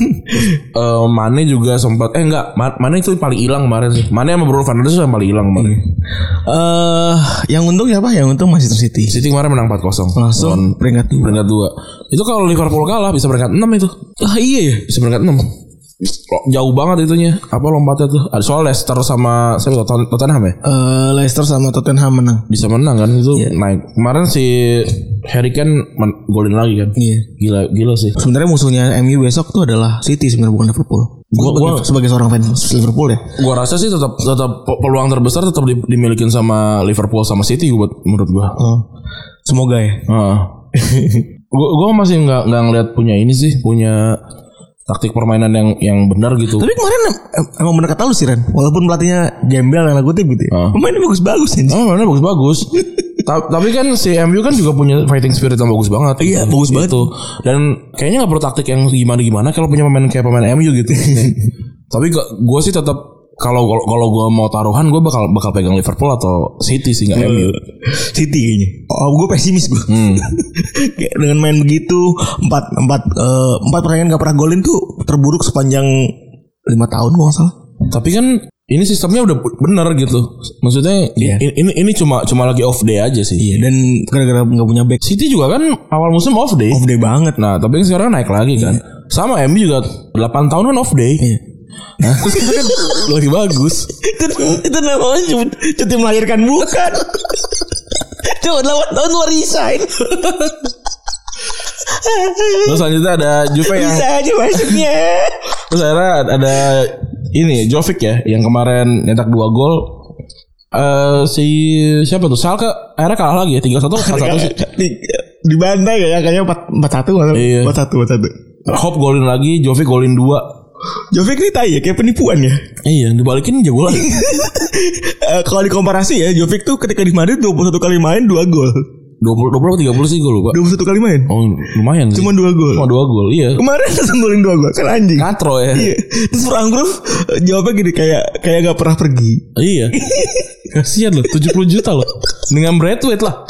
uh, Mane juga sempat eh enggak Mane itu paling hilang kemarin sih. Mane sama Bruno Fernandes yang paling hilang kemarin.
Eh uh, yang untung siapa? Yang untung Manchester City.
City kemarin menang empat kosong.
Langsung peringkat dua.
Peringkat dua. Itu kalau Liverpool kalah bisa peringkat enam itu.
Ah iya ya,
bisa peringkat enam. Jauh banget itunya. Apa lompatnya tuh? Ada soal Leicester sama siapa Tottenham ya?
Uh, Leicester sama Tottenham menang.
Bisa menang kan itu yeah. Naik. Kemarin si Harry Kane men- golin lagi kan.
Iya. Yeah.
Gila gila sih.
Sebenarnya musuhnya M U besok tuh adalah City sebenarnya, bukan Liverpool. Gua, gua sebagai, sebagai seorang fans Liverpool ya. Gua
rasa sih tetap tetap peluang terbesar tetap di, dimilikin sama Liverpool sama City buat menurut gua.
Oh. Semoga ya.
Heeh. gua gua masih enggak enggak ngeliat punya ini sih, punya taktik permainan yang yang benar gitu.
Tapi kemarin emang benar kata lu sih Ren. Walaupun pelatihnya gembel yang lagu gitu ya. Uh. Pemainnya bagus-bagus aja.
Oh, pemainnya bagus-bagus. Tapi kan si M U kan juga punya fighting spirit yang bagus banget.
Iya, bagus gitu. Banget tuh.
Dan kayaknya enggak perlu taktik yang gimana-gimana kalau punya pemain kayak pemain M U gitu. Tapi gue sih tetap kalau kalau kalau gue mau taruhan gue bakal bakal pegang Liverpool atau City sih, nggak uh, M U.
City kayaknya. Oh, gue pesimis gue. Hmm. Dengan main begitu empat empat uh, empat pertandingan nggak pernah golin tuh terburuk sepanjang lima tahun gue nggak salah.
Tapi kan ini sistemnya udah benar gitu. Maksudnya yeah. ini, ini ini cuma cuma lagi off day aja sih.
Iya. Dan gara-gara nggak punya back.
City juga kan awal musim off day.
Off day banget.
Nah tapi sekarang naik lagi kan. Yeah. Sama M U juga delapan tahun kan off day.
Iya.
Nah, terus kan lagi bagus.
Itu, itu namanya cuti melahirkan bukan. Coba delapan tahun lu resign.
Terus selanjutnya ada Juve yang
bisa aja masuknya.
Terus akhirnya ada ini Jovic ya, yang kemarin nyetak dua gol. Uh, si siapa tuh? Schalke akhirnya kalah lagi ya, tiga satu empat satu sih.
Dibantai ya, kayaknya empat satu
iya.
empat satu empat satu.
Hop golin lagi, Jovic golin dua.
Jovic ini tai ya, kayak penipuan ya.
Iya, dibalikin jago lagi.
uh, Kalau dikomparasi ya, Jovic tuh ketika di Madrid dua puluh satu kali main dua gol.
dua puluh, dua puluh tiga puluh sih gue lupa.
dua puluh satu kali main.
Oh, lumayan sih.
Cuma dua gol.
Cuma dua gol, iya.
Kemarin sembolin dua gol, kan anjing.
Katro ya.
Iya. Terus Frank Grof jawabnya gini, kayak kayak gak pernah pergi.
Iya. Kasihan loh, tujuh puluh juta loh. Dengan Braithwaite lah.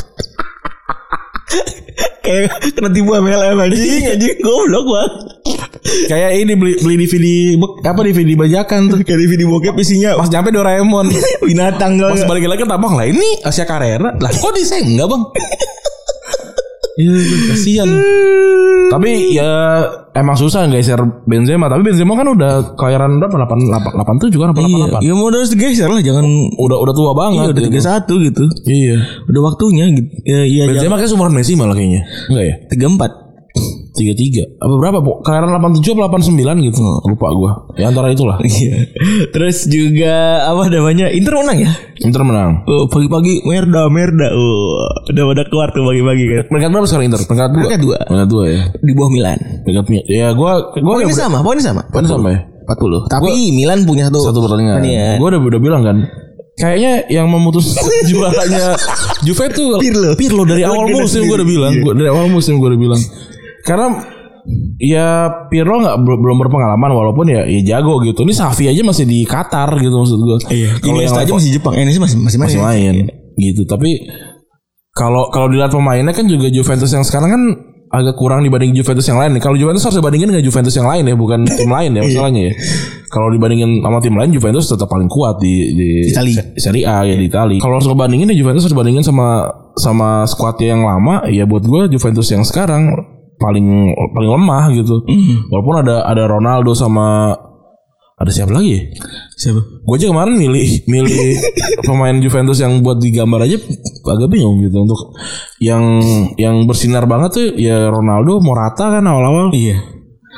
Kayak kena tipu M L M anjing, anjing goblok banget.
Kayak ini beli beli D V D apa D V D bajakan tuh,
kayak D V D bokep isinya
pas nyampe Doraemon
binatang
pas gak? Balik lagi tabang lah ini Asia Carrera lah, kok desain enggak bang? Iya kasihan. Tapi ya emang susah geser Benzema. Tapi Benzema kan udah kelahiran berapa? delapan tujuh kan? delapan delapan
Iya mau harus digeser lah. Jangan
udah udah tua banget.
Iya udah tiga satu gitu.
Iya
udah waktunya gitu. Ya, iya,
Benzema kayak seumuran Messi malah kayaknya. Enggak ya?
tiga empat
tiga tiga apa berapa po? Kelahiran delapan tujuh atau delapan sembilan gitu. Lupa gue. Ya antara itulah.
Iya. Terus juga apa namanya? Inter menang ya?
Inter menang.
Oh, pagi-pagi merda merda. Oh, udah pada keluar tuh pagi-pagi kan.
Peringkat berapa sekarang Inter? Peringkat dua.
Peringkat dua.
Peringkat dua ya.
Di bawah Milan.
Peringkat ya gue gue
ini sama, poinnya sama.
Poinnya sama ya.
empat puluh. Tapi gua, Milan punya satu
satu pertandingan.
Ya.
Gue udah udah bilang kan. Kayaknya yang memutus juaranya Juve tuh
Pirlo.
Pirlo dari awal musim gue udah bilang. Gua, dari awal musim gue udah bilang. Karena ya Pirlo nggak belum berpengalaman walaupun ya ya jago gitu. Ini Xavi aja masih di Qatar gitu maksud gue.
Iya. Kalau yang aja masih Jepang, ini sih masih masih main.
Masih main gitu. Tapi kalau kalau dilihat pemainnya kan juga Juventus yang sekarang kan agak kurang dibanding Juventus yang lain. Kalau Juventus harus dibandingin dengan Juventus yang lain ya, bukan tim lain ya masalahnya ya. Kalau dibandingin sama tim lain Juventus tetap paling kuat di di
Italia.
Serie A ya di Italia. Kalau harus ngebandingin ya Juventus harus dibandingin sama sama skuadnya yang lama ya buat gue Juventus yang sekarang paling paling lemah gitu. Mm. Walaupun ada ada Ronaldo sama ada siapa lagi?
Siapa?
Gue aja kemarin milih milih pemain Juventus yang buat digambar aja agak bingung gitu untuk yang yang bersinar banget tuh ya Ronaldo, Morata kan awal-awal.
Iya.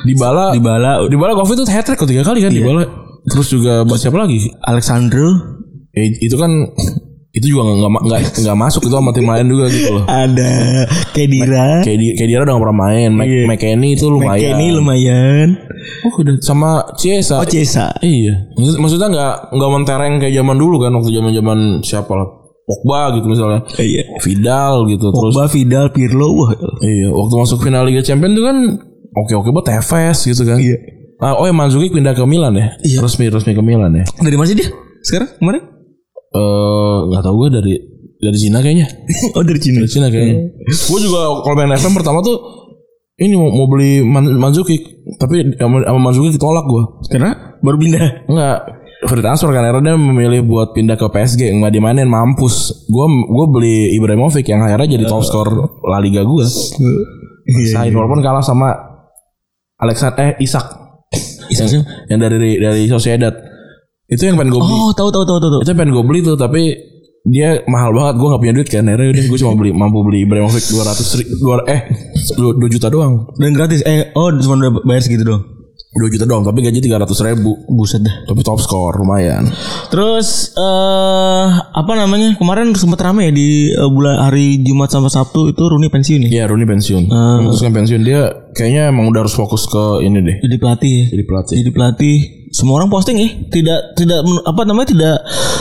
Dybala
Dybala
Dybala Covid tuh hat trick ketiga kali kan. Iya. Dybala. Terus juga siapa lagi?
Alexandre.
Eh, itu kan itu juga nggak nggak nggak masuk itu sama tim lain juga gitu loh.
Ada Kedira.
Kedira udah nggak pernah main. Iya. McKennie itu lumayan.
McKennie lumayan.
Oh udah sama Chiesa.
Oh Chiesa.
Iya. Maksud, maksudnya nggak nggak mentereng kayak zaman dulu kan waktu zaman zaman siapa lah. Pogba gitu misalnya.
Iya.
Vidal gitu.
Pogba, terus Vidal, Pirlo. Wah.
Iya. Waktu masuk final Liga Champions itu kan oke-oke buat Tevez gitu kan. Iya. Ah, oh ya Mandzukic pindah ke Milan ya. Iya. Resmi resmi ke Milan ya.
Dari mana sih dia? Sekarang kemarin?
Eh uh, nggak tahu gue dari dari Cina kayaknya.
Oh dari Cina.
Dari Cina kayaknya. Hmm. Gue juga kalau main F M pertama tuh ini mau, mau beli Mandzukic tapi sama Mandzukic ditolak gue.
Karena baru pindah.
Enggak. Free transfer kan akhirnya dia memilih buat pindah ke P S G nggak dimainin mampus. Gue gue beli Ibrahimovic yang akhirnya jadi top skor La Liga gue. Sain walaupun kalah sama Alexander eh Isak. Isak yang, yang dari dari Sociedad. Itu yang pengen gue beli.
Oh tahu tahu tahu tahu.
Itu yang pengen gue beli tuh tapi dia mahal banget. Gue gak punya duit kan. Akhirnya udah gue cuma beli mampu beli Ibrahimovic dua ratus dua eh dua juta doang.
Dan gratis. Eh oh cuma udah bayar segitu doang.
dua juta doang tapi gaji tiga ratus ribu.
Buset dah.
Tapi top score lumayan.
Terus uh, apa namanya kemarin sempat rame ya di uh, bulan hari Jumat sampai Sabtu itu Rooney pensiun ya.
Iya Rooney pensiun. uh, Memutuskan pensiun. Dia kayaknya emang udah harus fokus ke ini deh.
Jadi pelatih ya.
Jadi pelatih.
Jadi pelatih. Semua orang posting ya. Tidak tidak apa namanya tidak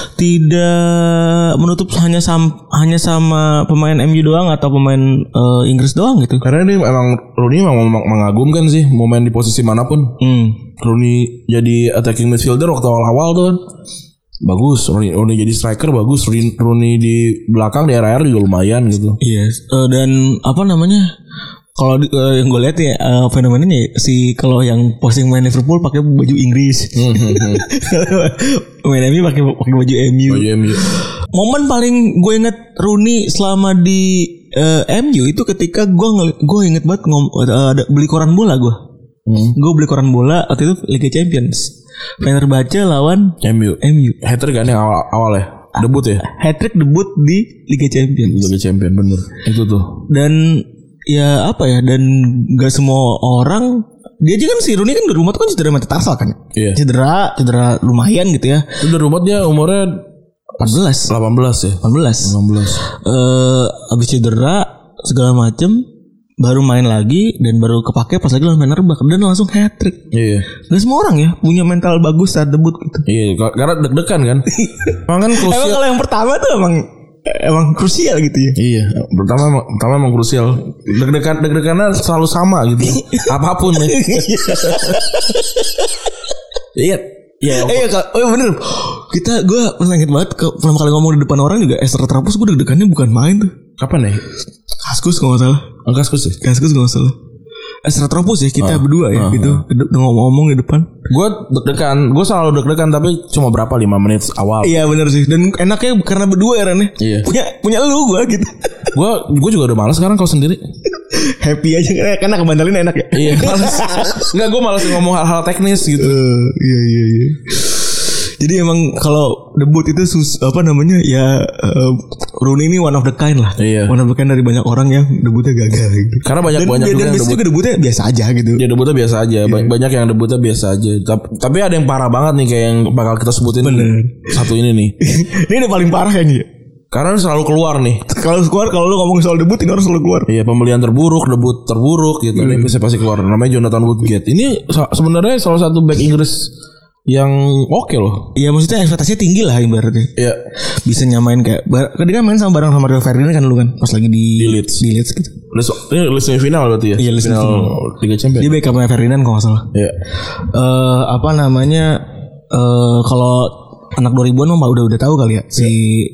tidak menutup hanya sam, hanya sama pemain M U doang atau pemain uh, Inggris doang gitu.
Karena dia emang Rooney emang mengagumkan sih mau main di posisi manapun. Hmm. Rooney jadi attacking midfielder waktu awal-awal tuh kan bagus. Rooney, Rooney jadi striker bagus. Rooney, Rooney di belakang di area juga lumayan gitu.
Iya. Yes. Uh, dan apa namanya? Kalau uh, yang gue lihat ya uh, fenomenanya si kalau yang posting main Liverpool pakai baju Inggris, main M U pakai pakai baju M U.
Baju M U.
Momen paling gue inget Rooney selama di uh, M U itu ketika gue gue inget banget ngom, uh, beli koran bola gue. Hmm. Gue beli koran bola waktu itu Liga Champions. Fenerbahce lawan
M U.
M U.
Hat-trick kan yang awal awal ya. Debut ya.
Hat-trick debut di Liga Champions.
Liga Champions bener. Itu tuh.
Dan ya apa ya dan gak semua orang dia aja kan si Rooney kan di rumah tuh kan cedera metatarsal kan. Iya. Cedera, cedera lumayan gitu ya.
Itu di rumah dia umurnya
empat belas
delapan belas ya.
delapan belas
delapan belas
Eh habis cedera segala macem baru main lagi dan baru kepake pas lagi lawan Fenerbahce dan langsung hat trick.
Iya.
Gak semua orang ya punya mental bagus saat debut gitu.
Iya, karena deg-degan kan. Emang kan krusial.
Emang kalau yang pertama tuh emang emang krusial gitu ya.
Iya, pertama pertama emang krusial. Deg-degan deg-degannya selalu sama gitu. Apapun nih. Iya. Iya,
eh kak, oh bener. Kita gue pernah inget banget ke pertama kali ngomong di depan orang juga Esther Trapus gue deg-degannya bukan main tuh.
Kapan ya?
Kaskus kalau nggak salah.
Oh, Kaskus ya?
Kaskus kalau nggak salah. Estratropus ya kita uh, berdua ya uh, gitu uh. ngomong-ngomong di depan.
Gue deg-degan, gue selalu deg-degan tapi cuma berapa lima menit awal.
Iya benar sih dan enaknya karena berdua ya Ren ya.
Iya.
Punya punya lu gue gitu.
Gue gue juga udah malas sekarang kalau sendiri.
Happy aja karena kebantalin enak ya.
Iya malas. Enggak gue malas ngomong hal-hal teknis gitu.
Uh, iya iya iya. Jadi emang kalau debut itu sus, apa namanya ya uh, Rooney ini one of the kind lah.
Iya.
One of the kind dari banyak orang yang debutnya gagal gitu.
Karena banyak dan, banyak
dan, dan biasanya juga debutnya biasa aja gitu.
Ya debutnya biasa aja. Yeah. Banyak yang debutnya biasa aja. Tapi ada yang parah banget nih kayak yang bakal kita sebutin. Bener. Satu ini nih.
Ini udah paling parah kayaknya.
Karena selalu keluar nih.
Kalau keluar kalau lu ngomong soal debut ini harus selalu keluar.
Iya, pembelian terburuk, debut terburuk gitu. Hmm. Ini bisa pasti keluar. Namanya Jonathan Woodgate. Ini sebenarnya salah satu back Inggris yang oke okay loh.
Iya maksudnya ekspektasinya tinggi lah ibaratnya.
Iya.
Bisa nyamain kayak kan dia kan main sama bareng sama Rio Ferdinand kan lu kan pas lagi di
di Leeds.
Di Leeds gitu.
Leeds ini Leeds semifinal berarti ya.
Iya Leeds final
Liga Champions.
Dia backupnya Ferdinand kalau enggak salah.
Iya.
Uh, apa namanya uh, kalau anak dua ribuan mah udah udah tahu kali ya. Si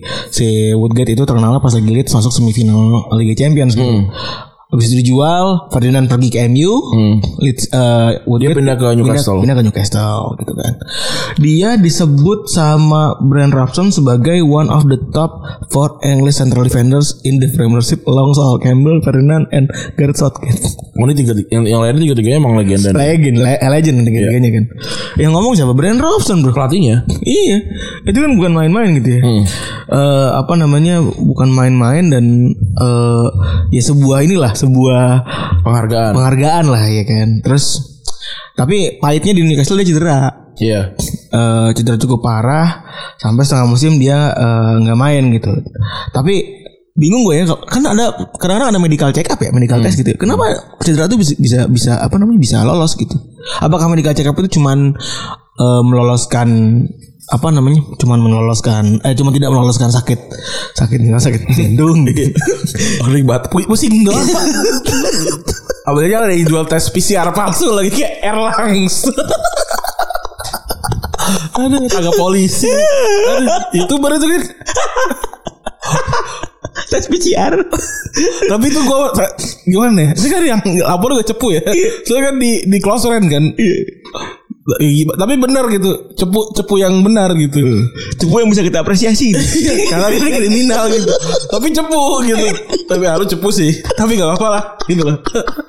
si Woodgate itu terkenal pas lagi Leeds masuk semifinal Liga Champions gitu. Hmm. Habis itu dijual, Ferdinand pergi ke M U, hmm. Leeds, uh,
dia pindah ke Newcastle.
Pindah, pindah ke Newcastle gitu kan. Dia disebut sama Brian Robson sebagai one of the top four English central defenders in the Premiership alongside Campbell, Ferdinand, and Gareth Southgate.
Oh ini tiga, yang, yang lainnya tiga-tiganya emang legenda.
Legend, le, legend tiga-tiganya yeah. Kan. Yang ngomong siapa? Brian Robson bro.
Pelatihnya.
Iya, itu kan bukan main-main gitu ya. Hmm. Uh, apa namanya? Bukan main-main dan uh, ya sebuah inilah. Sebuah
penghargaan
penghargaan lah ya kan. Terus Tapi pahitnya di Newcastle dia cedera.
Iya.
Uh, cedera cukup parah sampai setengah musim dia nggak uh, main gitu. Tapi bingung gue ya, kan ada kadang-kadang ada medical check up ya, medical hmm. test gitu. Kenapa cedera itu bisa bisa bisa apa namanya bisa lolos gitu? Apakah medical check up itu cuman uh, meloloskan apa namanya? Cuman meloloskan eh cuma tidak meloloskan sakit sakit sakit jantung gitu.
Oh, ribet. Pusing doang. Apalagi ada yang jual tes P C R palsu lagi kayak Erlangs. Aduh, agak polisi. Aduh, YouTuber itu kan.
Tes P C R.
Tapi itu gue gimana ya? Ini kan yang lapor gue cepu ya. Soalnya kan di di close friend kan. Tapi benar gitu, cepu cepu yang benar gitu,
cepu yang bisa kita apresiasi.
Karena ini kriminal gitu, tapi cepu gitu. Tapi harus cepu sih, tapi nggak apa-apa lah, gitu loh.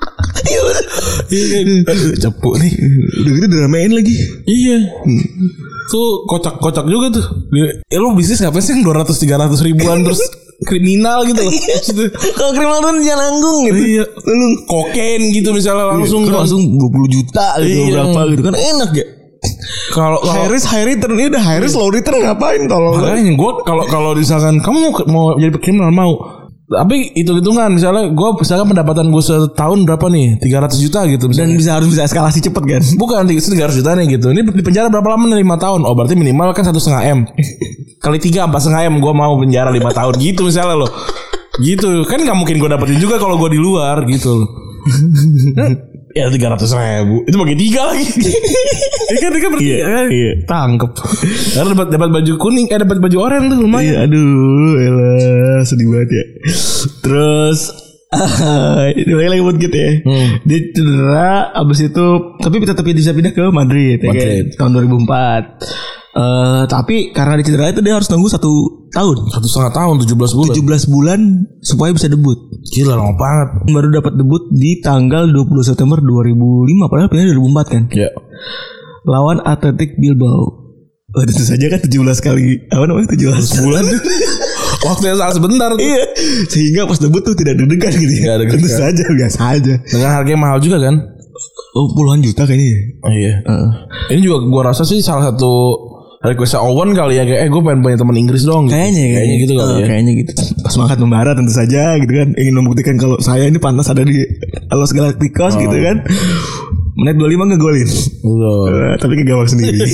Cepu nih,
udah gitu diramain lagi.
Iya, tuh kocak-kocak juga tuh. Ya lu bisnis ngapain sih dua ratus tiga ratus ribuan terus kriminal gitu loh.
Kalau kriminal kan jangan nanggung gitu.
Iya. Lu kokain gitu misalnya langsung
kan langsung dua puluh juta gitu, iya. Berapa gitu kan enak ya.
Kalau
high risk high return ini udah high risk low return ngapain kalau
makanya gue kalau kalau misalkan kamu mau mau jadi kriminal mau, tapi hitung-hitungan misalnya gue misalkan pendapatan gue setahun berapa nih tiga ratus juta gitu misalnya.
Dan bisa harus bisa eskalasi cepet kan.
Bukan tiga ratus juta nih gitu. Ini di penjara berapa lama nih lima tahun. Oh berarti minimal kan satu setengah M. Kali tiga empat setengah M gue mau penjara lima tahun gitu misalnya loh. Gitu kan gak mungkin gue dapetin juga kalau gue di luar gitu loh. Ya tiga ratus ribu itu bagi tiga lagi. Ini kan dia bertiga
iya,
kan
iya.
Tangkep. Karena dapat dapat baju kuning, eh dapat baju oranye tuh lumayan.
Iya, aduh, elah sedih banget ya. Terus ini lagi buat gitu ya. Hmm. Dia cedera, abis itu tapi tetap bisa pindah ke Madrid, Madrid. Ya, kan? Tahun dua ribu empat. Uh, tapi karena dia cedera itu dia harus nunggu satu tahun,
satu setengah tahun, tujuh belas bulan,
tujuh belas bulan supaya bisa debut.
Gila lama banget.
Baru dapat debut di tanggal dua puluh September dua ribu lima, padahal pindah dua ribu empat kan.
Iya. Yeah.
Lawan Athletic Bilbao. Oh, tentu saja kan tujuh belas kali apa namanya tujuh belas bulan.
Waktunya sangat sebentar tuh.
Iya. Sehingga pas debut tuh tidak deg-degan gitu ya. Tentu saja biasa aja.
Dengan harganya mahal juga kan?
Oh, puluhan juta kayaknya ya.
Oh iya. Uh. Ini juga gua rasa sih salah satu request Owen kali ya, kayak eh gue pengen punya teman Inggris dong gitu.
Kayaknya kayaknya,
kayaknya gitu kali
uh,
ya.
Kayaknya gitu. Pas mangkat membara tentu saja gitu kan, ingin membuktikan kalau saya ini pantas ada di Los Galacticos oh. gitu kan. Menit dua puluh lima ngegolin.
Oh.
Uh, tapi ke gawang sendiri.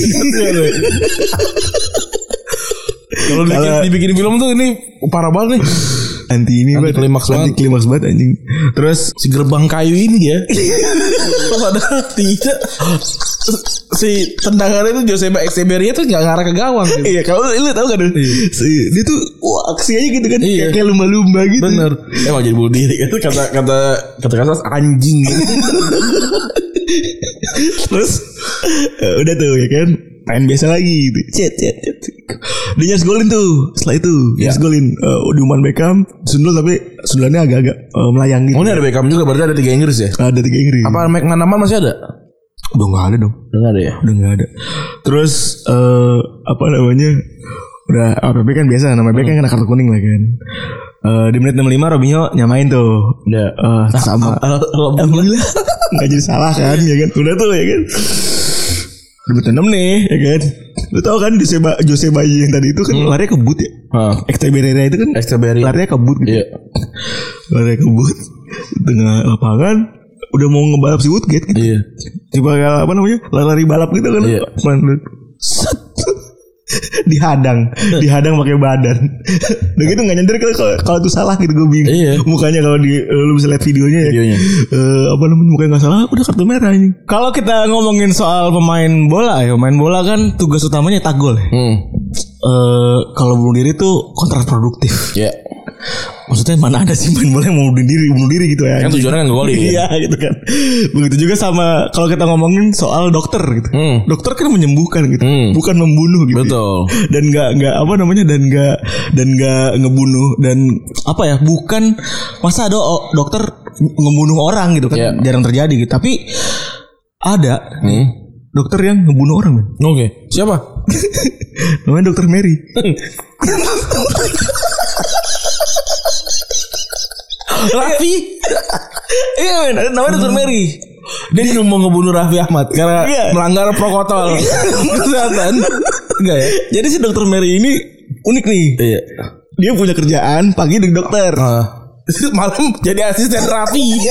Kalau dibikin film tuh ini parah banget nih.
Anti ini
banget, klimaks banget,
anti klimaks banget anjing. Terus
si gerbang kayu ini ya. Padahal tidak. Si tendangannya itu Joseba Echeverria tuh nggak ngarah ke gawang gitu.
Iya, kalau lu tahu kan iya. Si, dia tuh wah aksi aja gitu kan,
iya.
kayak lumba-lumba gitu.
Bener. Emang jadi bunuh diri kan kata kata kata kata anjing. Gitu.
Terus uh, udah tuh ya kan, main biasa lagi gitu. Cet cet cet. Dia nyes golin tuh. Setelah itu nyes yeah. golin uh, Uduman Beckham sundul tapi sundulannya agak-agak uh, melayang gitu.
Oh ini ada Beckham juga, berarti ada tiga Inggris ya?
Ada tiga Inggris.
Apa McManaman masih ada?
Udah gak ada dong.
Udah gak ada ya?
Udah gak ada. Terus uh, apa namanya, udah A P B kan biasa, namanya hmm. B kan kena kartu kuning lah kan. uh, Di menit enam puluh lima Robinho nyamain tuh.
Udah
uh, sama alhamdulillah. Gak jadi salah kan ya kan. Udah tuh ya kan, menit enam nih ya kan. Lu tau kan Joseba Joseba yang tadi itu kan hmm. larinya kebut ya.
Huh.
Echeverria itu kan
Echeverria
larinya kebut gitu.
Iya.
Larinya kebut tengah lapangan, udah mau ngebalap si Woodgate gitu.
Iya.
Tiba apa namanya, lari balap gitu kan.
Iya.
dihadang, dihadang pakai badan. Udah gitu nggak nyadar kalau kalau itu salah gitu, gue bingung.
Iya.
Mukanya kalau di lu bisa lihat videonya ya.
Videonya.
Uh, apa namanya, mukanya nggak salah, udah kartu merah ini. Kalau kita ngomongin soal pemain bola ya, pemain bola kan tugas utamanya tak gol. Hmm. Uh, kalau bunuh diri tuh kontraproduktif.
Iya. Yeah.
Maksudnya mana ada sih main bola yang mau bunuh diri, bunuh diri gitu ya.
Kan tujuannya kan golin.
Iya gitu kan. Begitu juga sama kalau kita ngomongin soal dokter gitu. Hmm. Dokter kan menyembuhkan gitu, hmm. bukan membunuh gitu.
Betul.
Dan enggak enggak apa namanya dan enggak dan enggak ngebunuh dan apa ya, bukan masa ada dokter ngebunuh orang gitu kan, yeah. jarang terjadi gitu. Tapi ada hmm. dokter yang ngebunuh orang kan.
Oke. Okay. Siapa?
Namanya Dokter Mary.
Raffi.
Iya men, namanya Dokter Mary.
Dia cuma mau ngebunuh Raffi Ahmad karena
Iya.
melanggar protokol kesehatan. Enggak ya?
Jadi si dokter Mary ini unik nih.
Iya.
Dia punya kerjaan pagi jadi dokter.
Uh, malam jadi asisten Raffi.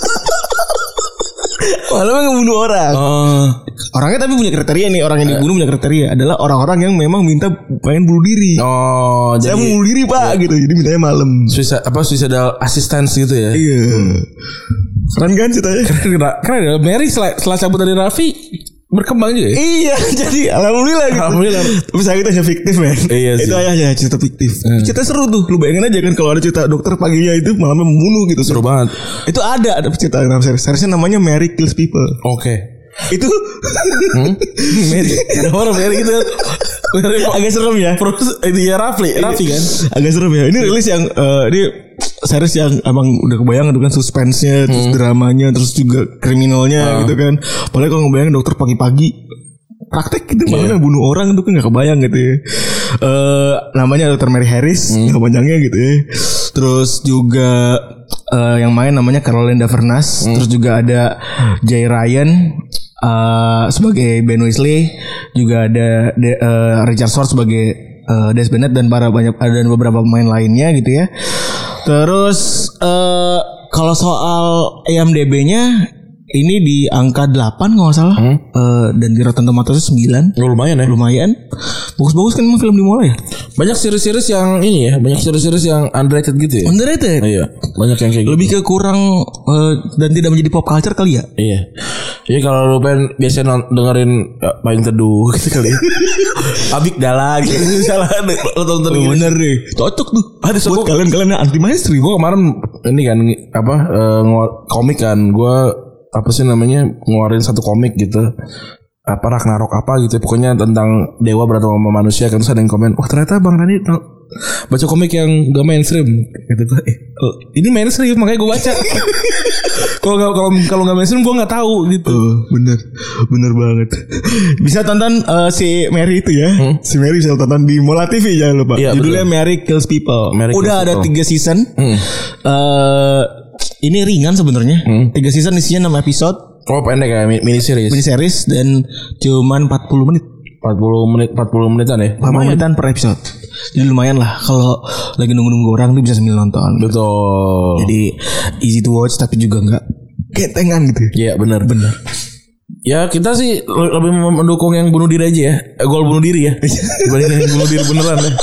Malam ngebunuh orang.
Oh.
Orangnya tapi punya kriteria nih. Orang yang dibunuh punya kriteria adalah orang-orang yang memang minta pengen bunuh diri.
Oh,
Saya
jadi
mau bunuh diri pak gitu. Jadi mintanya malam.
suicide apa suicidal assistance gitu ya.
Iya. Keren kan ceritanya?
Keren, keren ya. Mary setelah, setelah cabut dari Raffi berkembang juga ya.
Iya, jadi alhamdulillah gitu.
Alhamdulillah.
Tapi saya kita hanya fiktif men.
Iya sih.
Itu ayahnya cerita fiktif. Cerita seru tuh. Lu bayangin aja kan kalau ada cerita dokter paginya itu malamnya membunuh gitu.
Seru banget.
Itu ada ada cerita dalam series. Seriesnya namanya Mary Kills People.
Oke.
Itu
Hmm? Mary. Ada orang Mary gitu. Mary kok
agak serem ya.
terus itu ya Raffi, Raffi kan.
Agak serem ya. Ini rilis yang eh, ini series yang emang udah kebayang itu kan suspense-nya, terus dramanya, terus juga kriminalnya gitu kan. Padahal kalau ngebayang dokter pagi-pagi praktek gitu malah bunuh orang itu kan nggak kebayang gitu ya. Eh namanya dokter Mary Harris, nama panjangnya gitu ya. Terus juga eh, yang main namanya Caroline Davernas, terus juga ada Jay Ryan uh, sebagai Ben Weasley, juga ada de, uh, Richard Schwartz sebagai uh, Des Bennett dan para banyak ada beberapa pemain lainnya gitu ya. Terus uh, kalau soal I M D B-nya ini di angka delapan kalau nggak salah,
hmm?
uh, dan di Rotten Tomatoes sembilan.
Oh, lumayan ya.
Lumayan. Bagus-bagus kan emang film di Mola ya.
Banyak series-series yang ini ya, banyak series-series yang underrated gitu ya.
Underrated.
Iya, banyak yang kayak
Lebih
gitu.
ke kurang uh, dan tidak menjadi pop culture kali ya.
Iya. Jadi kalau lu pengen biasa non- dengerin ya, Payung Teduh gitu kali. Abik Dala gitu misalnya lu tonton
Oh,
gitu.
bener deh. Cocok tuh.
Ada
Buat
sebuah-
kalian-kalian yang anti mainstream.
Gue kemarin ini kan apa eh, ngeluar- komik kan gue apa sih namanya ngeluarin satu komik gitu apa Ragnarok apa gitu pokoknya tentang dewa berantem sama manusia kan terus ada yang komen wah ternyata Bang Rani tau- baca komik yang gak mainstream gitu gue eh, ini mainstream makanya gue baca kalau nggak kalau kalau nggak mainstream gue nggak tahu gitu.
Oh, bener, bener banget. Bisa tonton uh, si Mary itu ya, hmm? Si Mary bisa tonton di Mola T V jangan lupa.
Iya,
judulnya
betul.
Mary Kills People.
Mary
Udah
Kills
ada
People.
tiga season.
Hmm.
Uh, ini ringan sebenarnya.
Hmm.
Tiga season isinya enam episode.
Oh pendek ya mini series.
Mini series dan cuman empat puluh menit.
empat puluh menit empat puluh menitan ya.
empat puluh menitan per episode. Jadi lumayan lah kalau lagi nunggu-nunggu orang tuh bisa sambil nonton.
Betul.
Jadi easy to watch tapi juga enggak ketengan gitu.
Iya benar.
Benar.
Ya kita sih lebih mendukung yang bunuh diri aja ya. Eh, gol bunuh diri ya. Dibandingin yang bunuh diri beneran ya.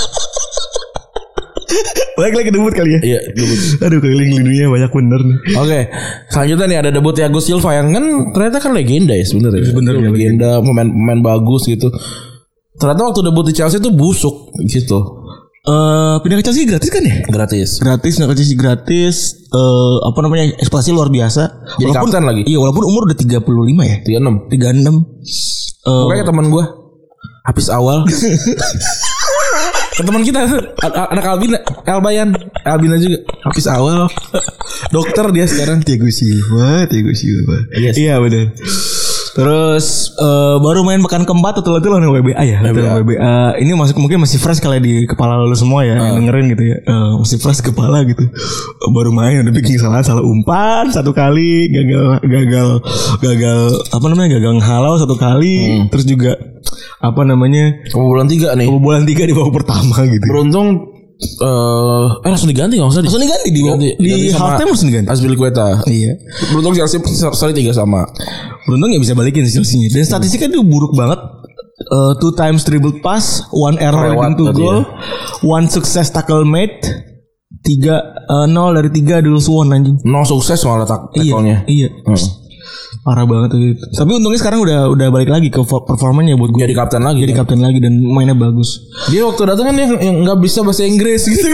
Lagi-lagi debut kali ya.
Iya debut.
Aduh keliling dunia banyak bener nih.
Oke, selanjutnya nih ada debut Thiago Silva yang kan ternyata kan legenda ya sebenarnya.
Sebenarnya
legenda, pemain pemain bagus gitu. Ternyata waktu debut di Chelsea itu busuk gitu.
Eh pindah ke Chelsea gratis kan ya?
Gratis.
Gratis, pindah ke Chelsea gratis. Eh apa namanya? Eksplosif luar biasa.
Jadi kapten lagi.
Iya, walaupun umur udah tiga puluh lima ya.
tiga puluh enam.
tiga puluh enam. Eh
Pokoknya teman gue habis awal. Ke teman kita ada Albina, Albayan, Albina juga habis awal. Dokter dia sekarang.
Thiago Silva, Thiago Silva.
Yes.
Iya benar. Terus uh, baru main pekan keempat atau itu lawan W B A ya.
W B A.
W B A ini masih mungkin masih fresh kali di kepala lu semua ya, yang dengerin gitu ya. Uh, masih fresh kepala gitu. Uh, baru main udah bikin salah salah umpan satu kali, gagal gagal gagal apa namanya? gagal ngehalau satu kali, hmm. Terus juga apa namanya?
Kebobolan tiga nih.
Kebobolan tiga di babak pertama gitu.
Beruntung Eh, eh langsung diganti nggak usah
Langsung diganti di
diganti,
di
diganti sama
halftime langsung diganti.
Azpilicueta.
Iya.
Beruntung Chelsea sorry tiga sama.
Beruntung ya bisa balikin Chelsea-nya. Dan statistiknya itu buruk banget. Uh, two times dribble pass, one error leading to goal, ya. One success tackle made, tiga uh, nol dari tiga duels won anjing.
No sukses malah tak tackle-nya.
Iya. Iya. Hmm. Parah banget tuh. Tapi untungnya sekarang udah udah balik lagi ke performanya buat gue.
Jadi kapten lagi.
Jadi
kan?
kapten lagi dan mainnya bagus.
Dia waktu datang kan yang yang nggak bisa bahasa Inggris gitu.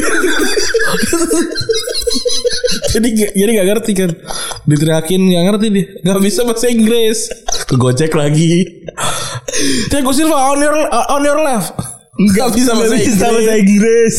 jadi jadi nggak ngerti kan. Diteriakin nggak ngerti dia. Nggak bisa bahasa Inggris. Kegocek lagi. Thiago Silva on your on your left. Nggak bisa bahasa Inggris.
Bisa bahasa Inggris.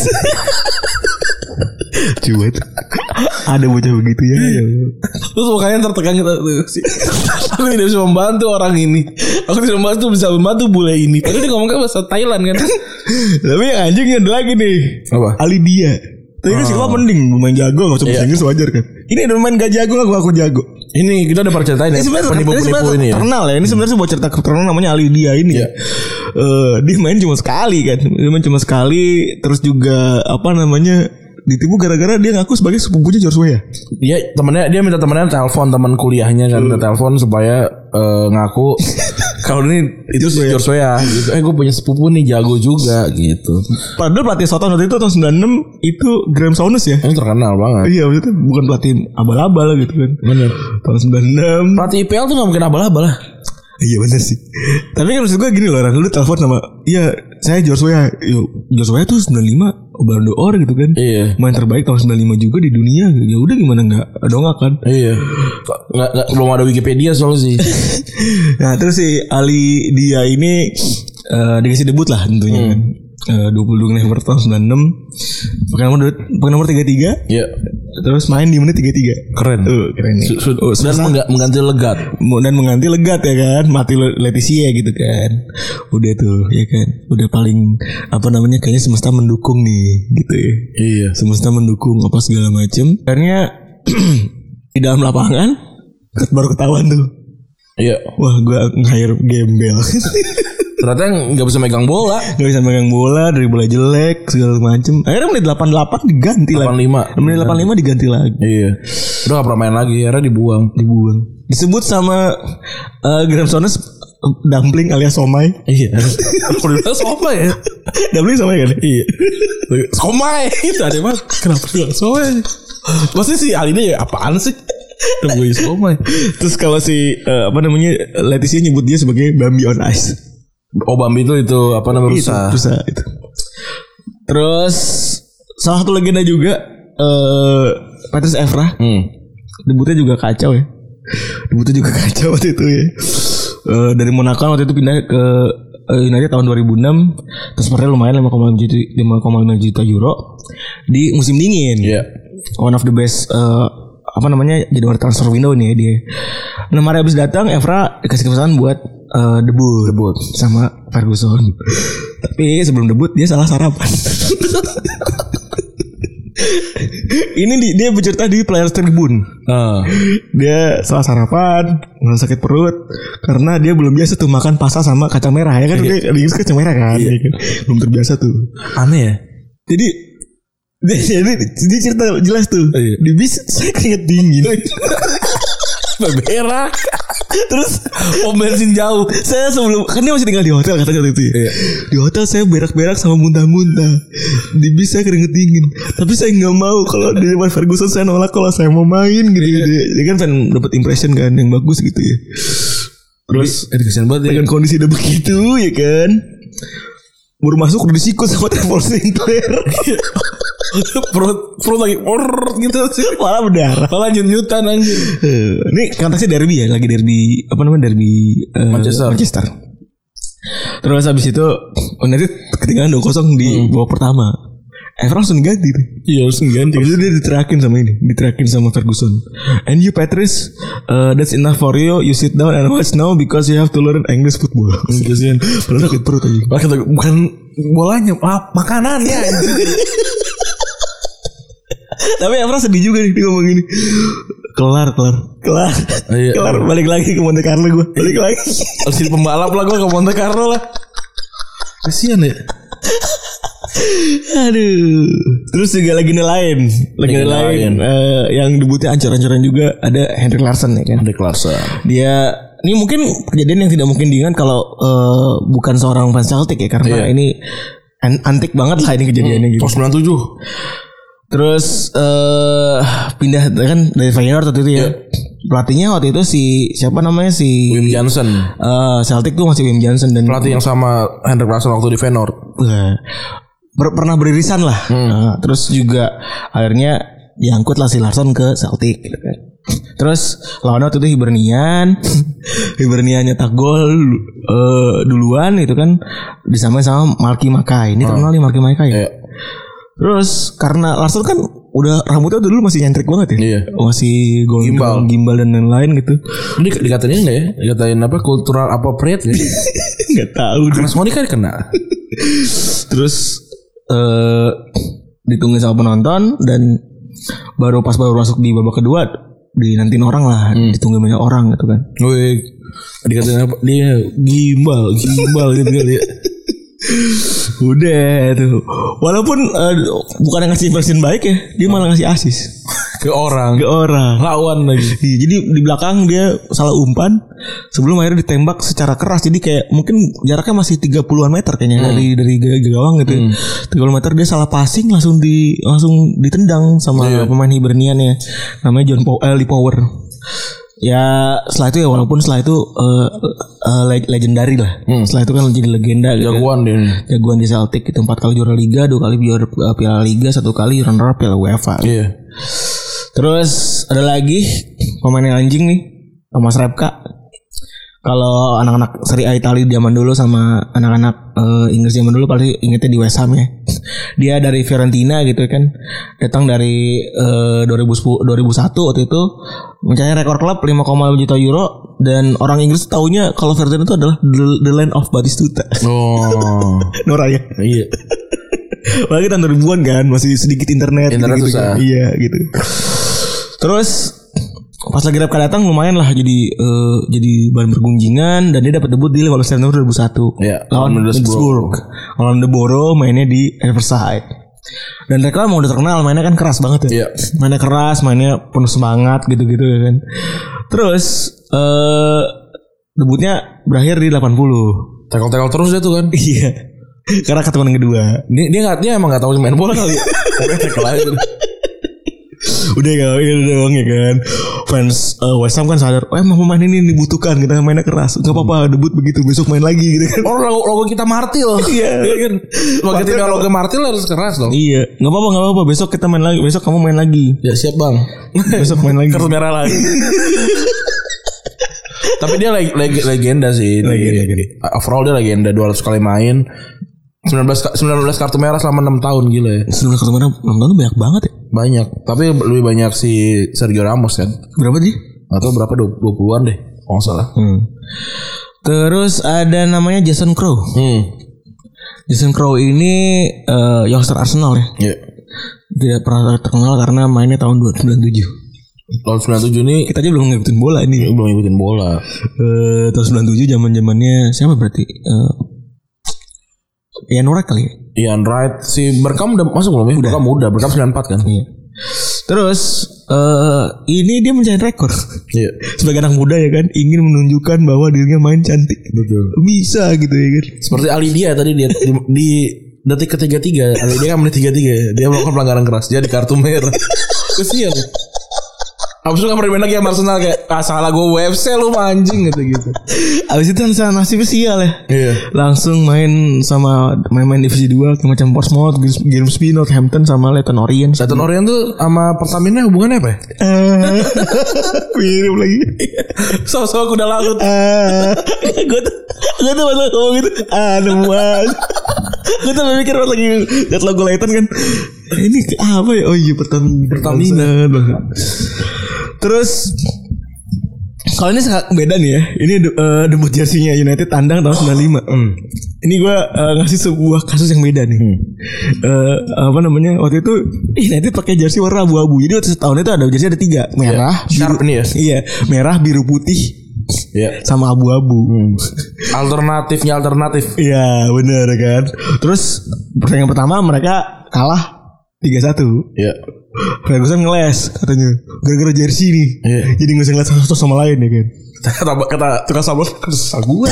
Cuat. Ada bocah begitu ya.
Terus makanya tertekan gitu. Aku tidak bisa membantu orang ini. Aku tidak membantu bisa membantu bule ini. Padahal dia ngomongnya bahasa Thailand kan.
Tapi yang anjing ada lagi nih.
Apa?
Ali dia. Tapi kan Silva mending main jago, nggak usah bahasa Inggris wajar kan. Ini ada main gak jago, aku aku jago.
Ini kita udah pernah ceritain ya. Penipu-penipu ini ya.
Terkenal ya. Ini sebenarnya sebuah cerita terkenal namanya Ali Dia ini.
Iya.
Uh, dia main cuma sekali kan. Dia main cuma sekali. Terus juga apa namanya, ditipu gara-gara dia ngaku sebagai sepupunya George Weah.
Dia temennya, dia minta temennya telepon, teman kuliahnya kan, minta telepon supaya uh, ngaku kalau ini itu si George Weah gitu. Eh gue punya sepupu nih jago juga gitu.
Padahal pelatih Soton waktu itu tahun sembilan puluh enam itu Graham Souness ya.
Ini terkenal banget.
Iya maksudnya bukan pelatih abal-abal gitu kan.
Bener.
Tahun sembilan puluh enam.
Pelatih I P L tuh gak mungkin abal-abal lah.
Iya bener sih. Tapi kan maksud gue gini loh, orang lu telepon sama, iya saya George Weah. George Weah tuh sembilan puluh lima Ballon d'Or gitu kan.
Iya.
Main terbaik tahun sembilan puluh lima juga di dunia. Ya udah gimana enggak dongak kan.
Iya. Nggak, nggak, belum ada Wikipedia soalnya sih.
Nah terus si Ali Dia ini uh, dikasih debut lah tentunya hmm. kan. Uh, dua puluh dua November tahun sembilan puluh enam. Pakai nomor pakai nomor tiga puluh tiga.
Iya.
Terus main di menit tiga puluh tiga.
Keren.
Uh, keren nih.
Su- su- oh, dan mengga- mengganti Legat.
Dan mengganti Legat ya kan. Mati Leticia gitu kan. Udah tuh ya kan. Udah paling apa namanya, kayaknya semesta mendukung nih gitu ya.
Iya.
Semesta mendukung apa segala macam. Akhirnya di dalam lapangan baru ketahuan tuh.
Iya.
Wah gue nge-hire gembel.
Ternyata gak bisa megang bola.
Gak bisa megang bola, dari bola jelek segala macem. Akhirnya menit delapan puluh delapan diganti lagi.
delapan puluh lima
Menit delapan puluh lima diganti lagi.
Iya. Udah gak pernah main lagi. Akhirnya dibuang.
Dibuang. Disebut sama uh, Graham Souness dumpling alias somai.
Iya. Udah somai ya.
Dumpling somai kan?
Iya. Somai. Itu ada mah. Kenapa bilang somai? Maksudnya si Ali ini ya apaan sih? Nungguin somai.
Terus kalau si uh, apa namanya, Leticia nyebut dia sebagai Bambi on Ice.
Oh Bambi itu itu apa namanya, rusa.
Rusa itu. Terus salah satu legenda juga uh, Patrice Evra.
Hmm.
Debutnya juga kacau ya. Debutnya juga kacau waktu itu ya. Uh, dari Monaco waktu itu pindah ke uh, United tahun dua ribu enam. Transfernya lumayan lima koma lima juta euro di musim dingin.
Iya. Yeah.
One of the best uh, apa namanya, Januari transfer window nih ya dia. enam hari habis datang Evra dikasih kesempatan buat uh, debut debut sama Ferguson. Tapi sebelum debut dia salah sarapan. Ini di, dia bercerita di Players Tribune. Uh. Dia salah sarapan, merasa sakit perut karena dia belum biasa tuh makan pasta sama kacang merah ya kan. Dia di kacang merah kan, iya. Kan belum terbiasa tuh.
Aneh ya.
Jadi dia, dia, dia cerita jelas tuh. Iya. Di bis saya keringet dingin.
Berak.
Terus
pom bensin jauh.
Saya sebelum, kan dia masih tinggal di hotel katanya waktu itu ya. Iya. Di hotel saya berak-berak sama muntah-muntah. Di bis saya keringet dingin. Tapi saya nggak mau, kalau di depan Ferguson saya nolak kalau saya mau main gitu. Iya. Dia kan pengen dapat impression kan yang bagus gitu ya. Terus
kasihan banget
dengan kondisi udah begitu ya kan. Baru masuk udah disikut sama Trevor Sinclair.
perut perut lagi or gitu sih,
malah berdarah,
malah nyut-nyutan anjir.
Uh, ini konteksnya derby ya, lagi derby apa namanya, derby uh,
Manchester.
Manchester. Terus habis itu United ketinggalan dua kosong di hmm. babak pertama. Evra langsung ganti tuh.
Iya langsung ganti.
Habis itu dia diterakin sama ini, diterakin sama Ferguson. And you Patrice, uh, that's enough for you. You sit down and watch now because you have to learn English football.
Kasihan.
Padahal sakit perut aja.
Bukan bolanya, makanannya anjir.
Tapi Evra sedih juga nih, dia ngomong gini, kelar kelar kelar oh, iya. kelar balik lagi ke Monte Carlo gue, balik iya. lagi
harus jadi pembalap lah gue ke Monte Carlo lah. Kasian ya.
Aduh. Terus juga legenda lain, legenda lain, lain. Uh, yang debutnya ancur-ancuran juga ada Henrik Larsson ya kan.
Henrik Larsson.
Dia ini mungkin kejadian yang tidak mungkin diingat kalau uh, bukan seorang fans Celtic ya, karena iya. ini an- antik banget lah ini kejadiannya hmm, gitu.
Tahun sembilan puluh tujuh.
Terus uh, pindah kan dari Feyenoord waktu itu ya. Yeah. Pelatihnya waktu itu si siapa namanya si
Wim Jansen.
Uh, Celtic tuh masih Wim Jansen dan
pelatih yang sama Henrik Larsson waktu di Feyenoord.
Uh, per- pernah beririsan lah. Hmm. Uh, terus juga akhirnya diangkut lah si Larsson ke Celtic gitu kan. Terus lawan waktu itu Hibernian. Hibernian nyetak gol uh, duluan itu kan disamain sama Malky Mackay. Ini terkenal nih Malky Mackay. Yeah. Terus karena Larsson kan udah rambutnya dulu masih nyentrik banget ya. Iya. Masih gondrong, gimbal. gimbal dan lain-lain gitu.
Ini dikatain enggak ya? Dikatain apa? Cultural appropriate ya?
Enggak tahu.
Karena semua ini kan kena.
Terus uh, ditungguin sama penonton dan baru pas baru masuk di babak kedua dinantiin orang lah, hmm. ditunggu banyak orang gitu kan.
Wih, dikatain apa? Dia gimbal, gimbal gitu kali ya.
Udah tuh. Walaupun uh, bukan yang ngasih impression baik ya, dia malah ngasih asis
ke orang,
ke orang
lawan lagi.
Iya, jadi di belakang dia salah umpan sebelum akhirnya ditembak secara keras. Jadi kayak mungkin jaraknya masih tiga puluhan meter kayaknya hmm. dari dari gawang gitu. Hmm. tiga puluh meter dia salah passing langsung di langsung ditendang sama yeah. pemain Hibernian ya. Namanya John Pow- eh, Lee Power. Ya setelah itu ya walaupun setelah itu uh, uh, legendary lah. Hmm. Setelah itu kan jadi legenda.
Jagoan
gitu. Dia. Jagoan di Celtic itu empat kali juara Liga, dua kali juara uh, Piala Liga, satu kali runner up Piala UEFA.
Iya. Yeah.
Terus ada lagi pemain yang anjing nih, Thomas Repka. Kalau anak-anak Serie A Italia zaman dulu sama anak-anak uh, Inggris zaman dulu pasti ingetnya di West Ham ya. Dia dari Fiorentina gitu kan. Datang dari uh, dua ribu sepuluh, dua ribu satu waktu itu mencari rekor klub lima koma lima juta euro dan orang Inggris taunya kalau Fiorentina itu adalah the, the land of Batistuta.
Oh.
Nora ya.
Iya.
Lagi tahun dua ribuan kan masih sedikit internet,
internet
gitu,
susah.
Kan. Iya gitu. Terus pas lagi Repka datang lumayan lah jadi uh, jadi bahan pergunjingan dan dia dapat debut di lima belas September dua ribu satu
ya,
lawan Middlesbrough. Lawan The Borough mainnya di Riverside. Dan Repka mau udah terkenal mainnya kan keras banget ya.
Ya.
Mainnya keras, mainnya penuh semangat gitu-gitu ya kan. Terus uh, debutnya berakhir di delapan puluh.
Tackle-tackle terus dia tuh kan.
Iya. Karena ketemu yang kedua.
Dia dia enggak dia emang enggak tahu main bola kali. Pokoknya tackle aja.
Udah gak udah doang ya kan. Fans uh, West Ham kan sadar, oh emang pemain ini dibutuhkan, kita mainnya keras. Gak apa-apa debut begitu, besok main lagi gitu kan.
Oh logo, logo kita Martil. Iya kan. Logo kita logo Martil harus keras dong.
Iya. Gak apa-apa gak apa-apa, besok kita main lagi. Besok kamu main lagi.
Ya siap bang.
Besok main lagi.
Kartu merah lagi. Tapi dia leg, leg, legenda sih. Legenda. Overall dia legenda, dua ratus kali main. sembilan belas, sembilan belas kartu merah selama enam tahun, gila ya.
sembilan belas kartu merah enam tahun banyak banget ya.
Banyak. Tapi lebih banyak si Sergio Ramos kan.
Berapa sih?
Atau berapa, dua puluhan deh kalau gak salah.
hmm. Terus ada namanya Jason Crow. hmm. Jason Crow ini uh, youngster Arsenal ya.
Iya. yeah.
Dia pernah terkenal karena mainnya tahun dua ribu sembilan puluh tujuh.
Tahun sembilan puluh tujuh ini
kita aja belum ngikutin bola ini.
Belum ngikutin bola.
uh, Tahun sembilan puluh tujuh zaman-zamannya siapa berarti? Uh, Ian Wright kali ya?
Ian Wright. Si Bergkamp udah masuk belum ya?
Udah.
Bergkamp udah. Bergkamp sembilan puluh empat kan?
Iya. Terus uh, ini dia mencari rekor.
Iya.
Sebagai anak muda ya kan, ingin menunjukkan bahwa dirinya main cantik.
Betul.
Bisa gitu ya kan.
Seperti Alidia tadi dia di, di detik ketiga tiga. Alidia kan menit tiga tiga. Dia melakukan pelanggaran keras. Dia di kartu merah. Kesian. Abis itu gak pernah main lagi sama Arsenal kayak ah salah gue W F C lu anjing gitu-gitu. Abis itu kan nasibnya sial ya. Iya. Langsung main sama main-main divisi dua kayak macam Portsmouth, Grimsby, Northampton sama Leyton Orient. Leyton Orient tuh sama Pertamina hubungannya apa ya? Mirip lagi. Sama-sama kuda laut. Gue tuh gue tuh pas ngomong gitu aduh mas. Gue tuh mikir pas lagi liat logo Leyton kan, ini apa ya? Oh iya Pertamina. Pertamina. Terus kalau ini sangat beda nih ya. Ini uh, debut jersinya United tandang tahun sembilan puluh lima. Hmm. Ini gue uh, ngasih sebuah kasus yang beda nih. Hmm. Uh, apa namanya? Waktu itu United pakai jersey warna abu-abu. Jadi waktu setahun itu ada jersey ada tiga, merah, yeah. Biru, nih ya. Iya, merah, biru, putih. Iya. Sama abu-abu. Hmm. Alternatifnya alternatif. Iya, benar kan. Terus pertandingan pertama mereka kalah tiga satu. Iya. Ferguson ngeles katanya gara-gara jersey nih. Iya. Jadi gak usah ngeliat satu sama lain ya kan. Kata kata tukang sablon kesal gue.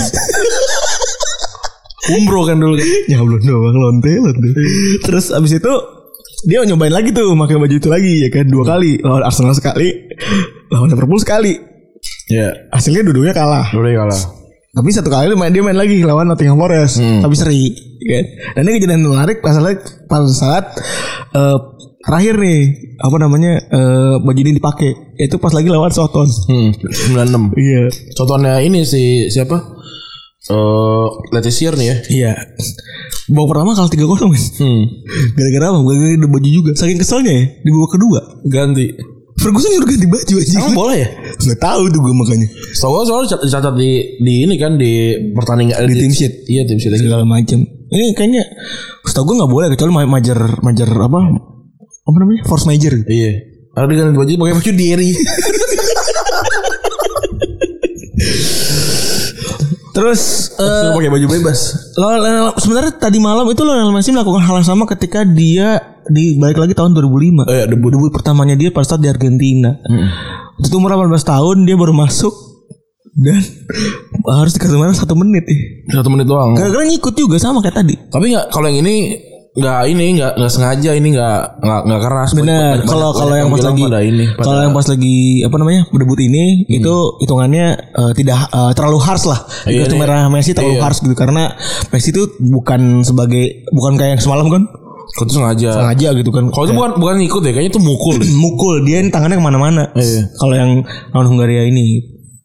Umbro kan dulu kan. Nyablon doang lonte lonte. Terus abis itu dia nyobain lagi tuh pakai baju itu lagi ya kan, dua hmm. kali lawan Arsenal sekali, lawan Liverpool sekali. Iya. Hasilnya dua-duanya kalah. Dua-duanya kalah. Tapi satu kali main dia main lagi lawan Nottingham Forest, hmm. tapi seri, kan? Dan ini kejadian menarik pas saat pas saat uh, terakhir nih apa namanya uh, baju ini dipakai, itu pas lagi lawan Soton. Hmm. sembilan enam. Iya. Sotonnya ini si siapa? Uh, Letizia nih ya. Iya. Babak pertama kalah tiga kosong kan. Hmm. Gara-gara apa? Gara-gara baju juga. Saking keselnya ya di babak kedua ganti. Ferguson nyuruh ganti baju aja. Emang boleh ya? Gak tahu tuh gue makanya. Soalnya soalnya catat di di ini kan di pertandingan di, di tim sheet. Iya tim sheet segala macam. Ini kayaknya setahu gue nggak boleh kecuali major major apa apa namanya force major. Iya. Karena dia ganti baju pakai baju Derry.
Terus
uh, pakai baju bebas.
Sebenarnya tadi malam itu Lionel Messi melakukan hal yang sama ketika dia di balik lagi tahun dua ribu lima.
Oh, ya, debut
debut pertamanya dia pada saat di Argentina. Hmm. Itu umur delapan belas tahun dia baru masuk dan harus dikasih mana satu menit nih.
Satu menit doang.
Karena ngikut juga sama kayak tadi.
Tapi nggak kalau yang ini nggak ini nggak nggak sengaja ini nggak nggak nggak keras.
Benar. Kalau kalau yang pas lagi kalau yang pas lagi apa namanya debut ini hmm. itu hitungannya uh, tidak uh, terlalu harsh lah. Iya, itu merah Messi terlalu iya. harsh gitu karena Messi itu bukan sebagai bukan kayak yang semalam kan.
Kalau itu sengaja.
Sengaja gitu kan.
Kalau itu bukan bukan ngikut ya, kayaknya itu mukul.
Mukul dia ini tangannya kemana-mana. Iya. Kalau yang lawan Hungaria ini,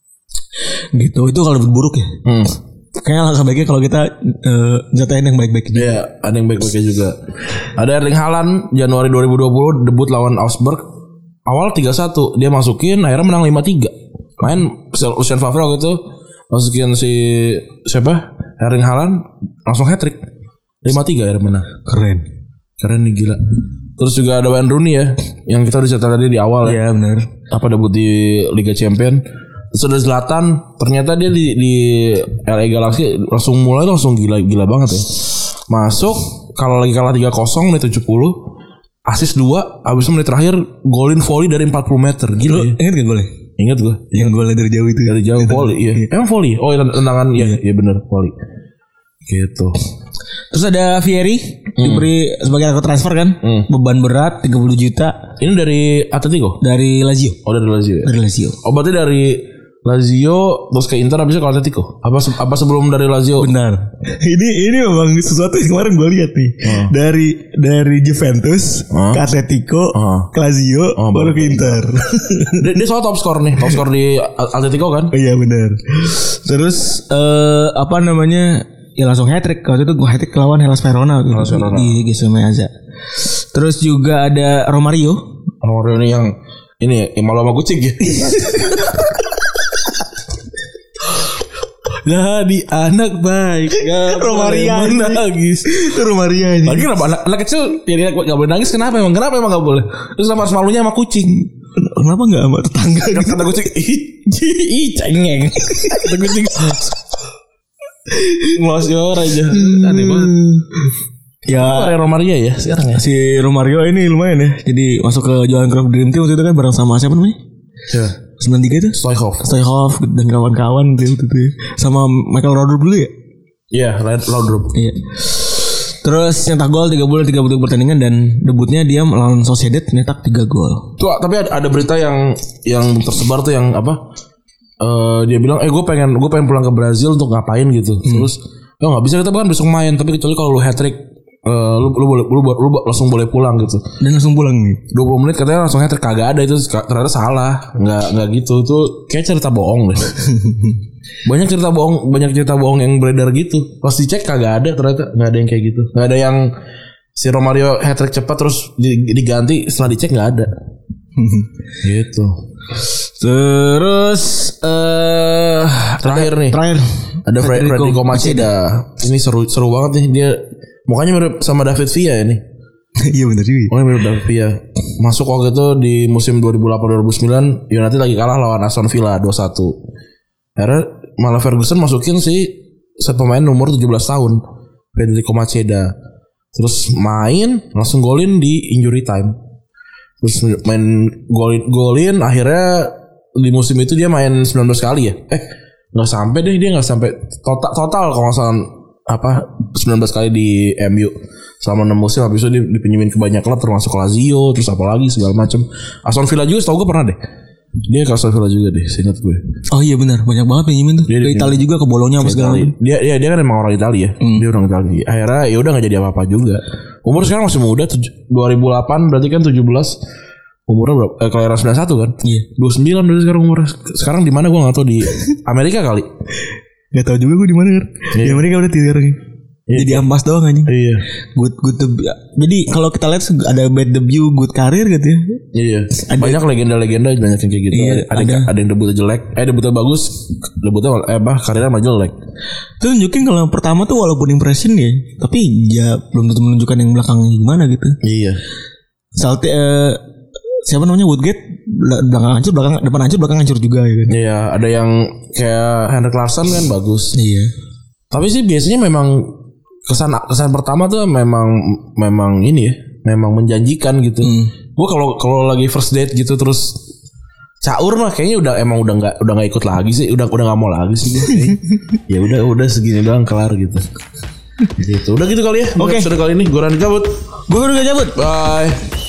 gitu itu kalau buruk ya. Hmm. Kayaknya langkah baiknya kalau kita uh, jatahin yang baik-baik.
Iya, ada yang baik-baiknya juga. Ada Erling Haaland Januari dua ribu dua puluh debut lawan Augsburg. Awal tiga satu dia masukin, akhirnya menang lima tiga. Main Lucien Favre gitu, masukin si siapa? Erling Haaland langsung hat-trick. lima tiga akhirnya menang.
Keren.
Keren nih gila. Terus juga ada Wayne Rooney ya, yang kita udah cerita tadi di awal
ya. Iya benar.
Apa debut di Liga Champion. Terus ada Zlatan, ternyata dia di, di L A Galaxy langsung mulai langsung gila-gila banget ya. Masuk kalau lagi kalah tiga kosong menit tujuh puluh, assist dua, habis menit terakhir golin volley dari empat puluh meter. Gila ya.
Ingat gak golnya?
Ingat gue.
Yang golnya dari jauh itu.
Dari jauh volley, iya. Emang volley? Oh, tendangan iya, iya benar volley. Gitu.
Terus ada Vieri hmm. diberi sebagai rekor transfer kan, hmm. beban berat tiga puluh juta.
Ini dari Atletico?
Dari Lazio.
Oh dari Lazio ya?
Dari Lazio.
Oh berarti dari Lazio terus ke Inter habisnya ke Atletico? Apa apa sebelum dari Lazio?
Benar. Ini ini memang sesuatu yang kemarin gue lihat nih. Oh. Dari dari Juventus oh. ke Atletico, oh. ke Lazio, oh, baru ke Inter.
dia, dia soal top score nih, top score di Atletico kan?
Oh, iya benar. Terus uh, apa namanya? Ya langsung hat-trick. Waktu itu gue hat-trick lawan Hellas Verona gitu, di Giuseppe Meazza. Terus juga ada Romario.
Romario ini yang ini yang malu sama kucing ya. Lah di anak baik.
Romaria
nangis.
Itu Romaria ini.
Lagi kenapa anak, anak kecil jadi enggak boleh nangis kenapa emang? Kenapa emang enggak boleh? Terus sama malunya sama kucing.
Kenapa enggak sama tetangga?
Kata kucing, ih cengeng. Kata kucing ngelosior aja. Aneh banget.
Ya
Romario ya sekarang ya.
Si Romario ini lumayan ya. Jadi masuk ke Johan Cruyff Dream Team waktu itu kan bareng sama siapa namanya?
Siapa?
sembilan tiga itu
Stoichkov.
Stoichkov dan kawan-kawan gitu tuh. Sama Michael Laudrup dulu ya?
Iya, Laudrup.
Iya. Terus nyetak gol tiga puluh tiga puluh pertandingan dan debutnya dia melawan Sociedad nyetak tiga gol.
Tuh, tapi ada, ada berita yang yang tersebar tuh yang apa? Uh, dia bilang, eh gue pengen gue pengen pulang ke Brazil untuk ngapain gitu. Hmm. Terus, oh nggak bisa kita bahkan besok main, tapi kecuali kalau lu hat trick, uh, lu lu boleh lu, lu, lu, lu langsung boleh pulang gitu.
Dan langsung pulang nih.
dua puluh menit katanya langsung hat trick, kagak ada itu, ternyata salah, nggak nggak gitu. Itu kayak cerita bohong deh. Banyak cerita bohong, banyak cerita bohong yang beredar gitu. Pas dicek kagak ada, ternyata nggak ada yang kayak gitu. Nggak ada yang si Romario hat trick cepat terus diganti setelah dicek nggak ada. Gitu.
Terus uh,
terakhir nih.
Terakhir
ada Federico Maceda. Ini seru seru banget nih dia. Mukanya mirip sama David Villa ini.
Iya benar juga.
Mukanya mirip David Villa. Masuk waktu itu di musim dua ribu delapan dua ribu sembilan United lagi kalah lawan Aston Villa dua satu. Akhirnya malah Ferguson masukin si set pemain umur tujuh belas tahun Federico Maceda. Terus main langsung golin di injury time. Terus main golin, golin akhirnya di musim itu dia main sembilan belas kali ya. Eh nggak sampai deh, dia nggak sampai total total kalau nggak salah apa sembilan belas kali di M U selama enam musim. Habis itu dia dipinjemin ke banyak klub termasuk Lazio, terus apa lagi segala macam. Aston Villa juga setahu gue pernah deh. Dia ke Aston Villa juga deh, seingat gue.
Oh iya benar, banyak banget pinjemin tuh. Dia ke Italia juga, ke Bologna apa segala macam.
Dia dia dia kan emang orang Italia ya. Hmm. Dia orang Italia. Akhirnya ya udah nggak jadi apa-apa juga. Umur sekarang masih muda, dua ribu delapan berarti kan tujuh belas. Umurnya berapa? Eh, kelahiran sembilan puluh satu kan?
Iya.
dua puluh sembilan berarti sekarang umurnya. Sekarang di mana gue enggak tahu, di Amerika kali.
Enggak tahu juga gue di mana kan. Iya. Di Amerika berarti sekarang. Iya. Jadi ampas doang aja.
Iya.
Good good debut. Jadi kalau kita lihat ada bad debut, good karir gitu ya.
Iya. Ada, banyak legenda-legenda banyak yang kayak gitu. Iya, ada, ada ada yang debutnya jelek, eh debutnya bagus, debutnya eh bah karirnya mah jelek.
Itu nunjukin kalau pertama tuh walaupun impression ya, tapi ya belum tentu menunjukkan yang belakangnya gimana gitu.
Iya.
Salte eh siapa namanya Woodgate belakang hancur, belakang depan hancur, belakang hancur juga ya kan.
Iya, ada yang kayak Henrik Larsson kan bagus.
Iya.
Tapi sih biasanya memang kesan kesan pertama tuh memang memang ini ya, memang menjanjikan gitu. Hmm. Gue kalau kalau lagi first date gitu terus caur mah kayaknya udah emang udah nggak udah nggak ikut lagi sih, udah udah nggak mau lagi sih gue. Ya udah udah segini doang kelar gitu. Gitu. Udah gitu kali ya.
Oke.
Okay. Sudah kali ini gue Randy cabut.
Gue udah cabut.
Bye.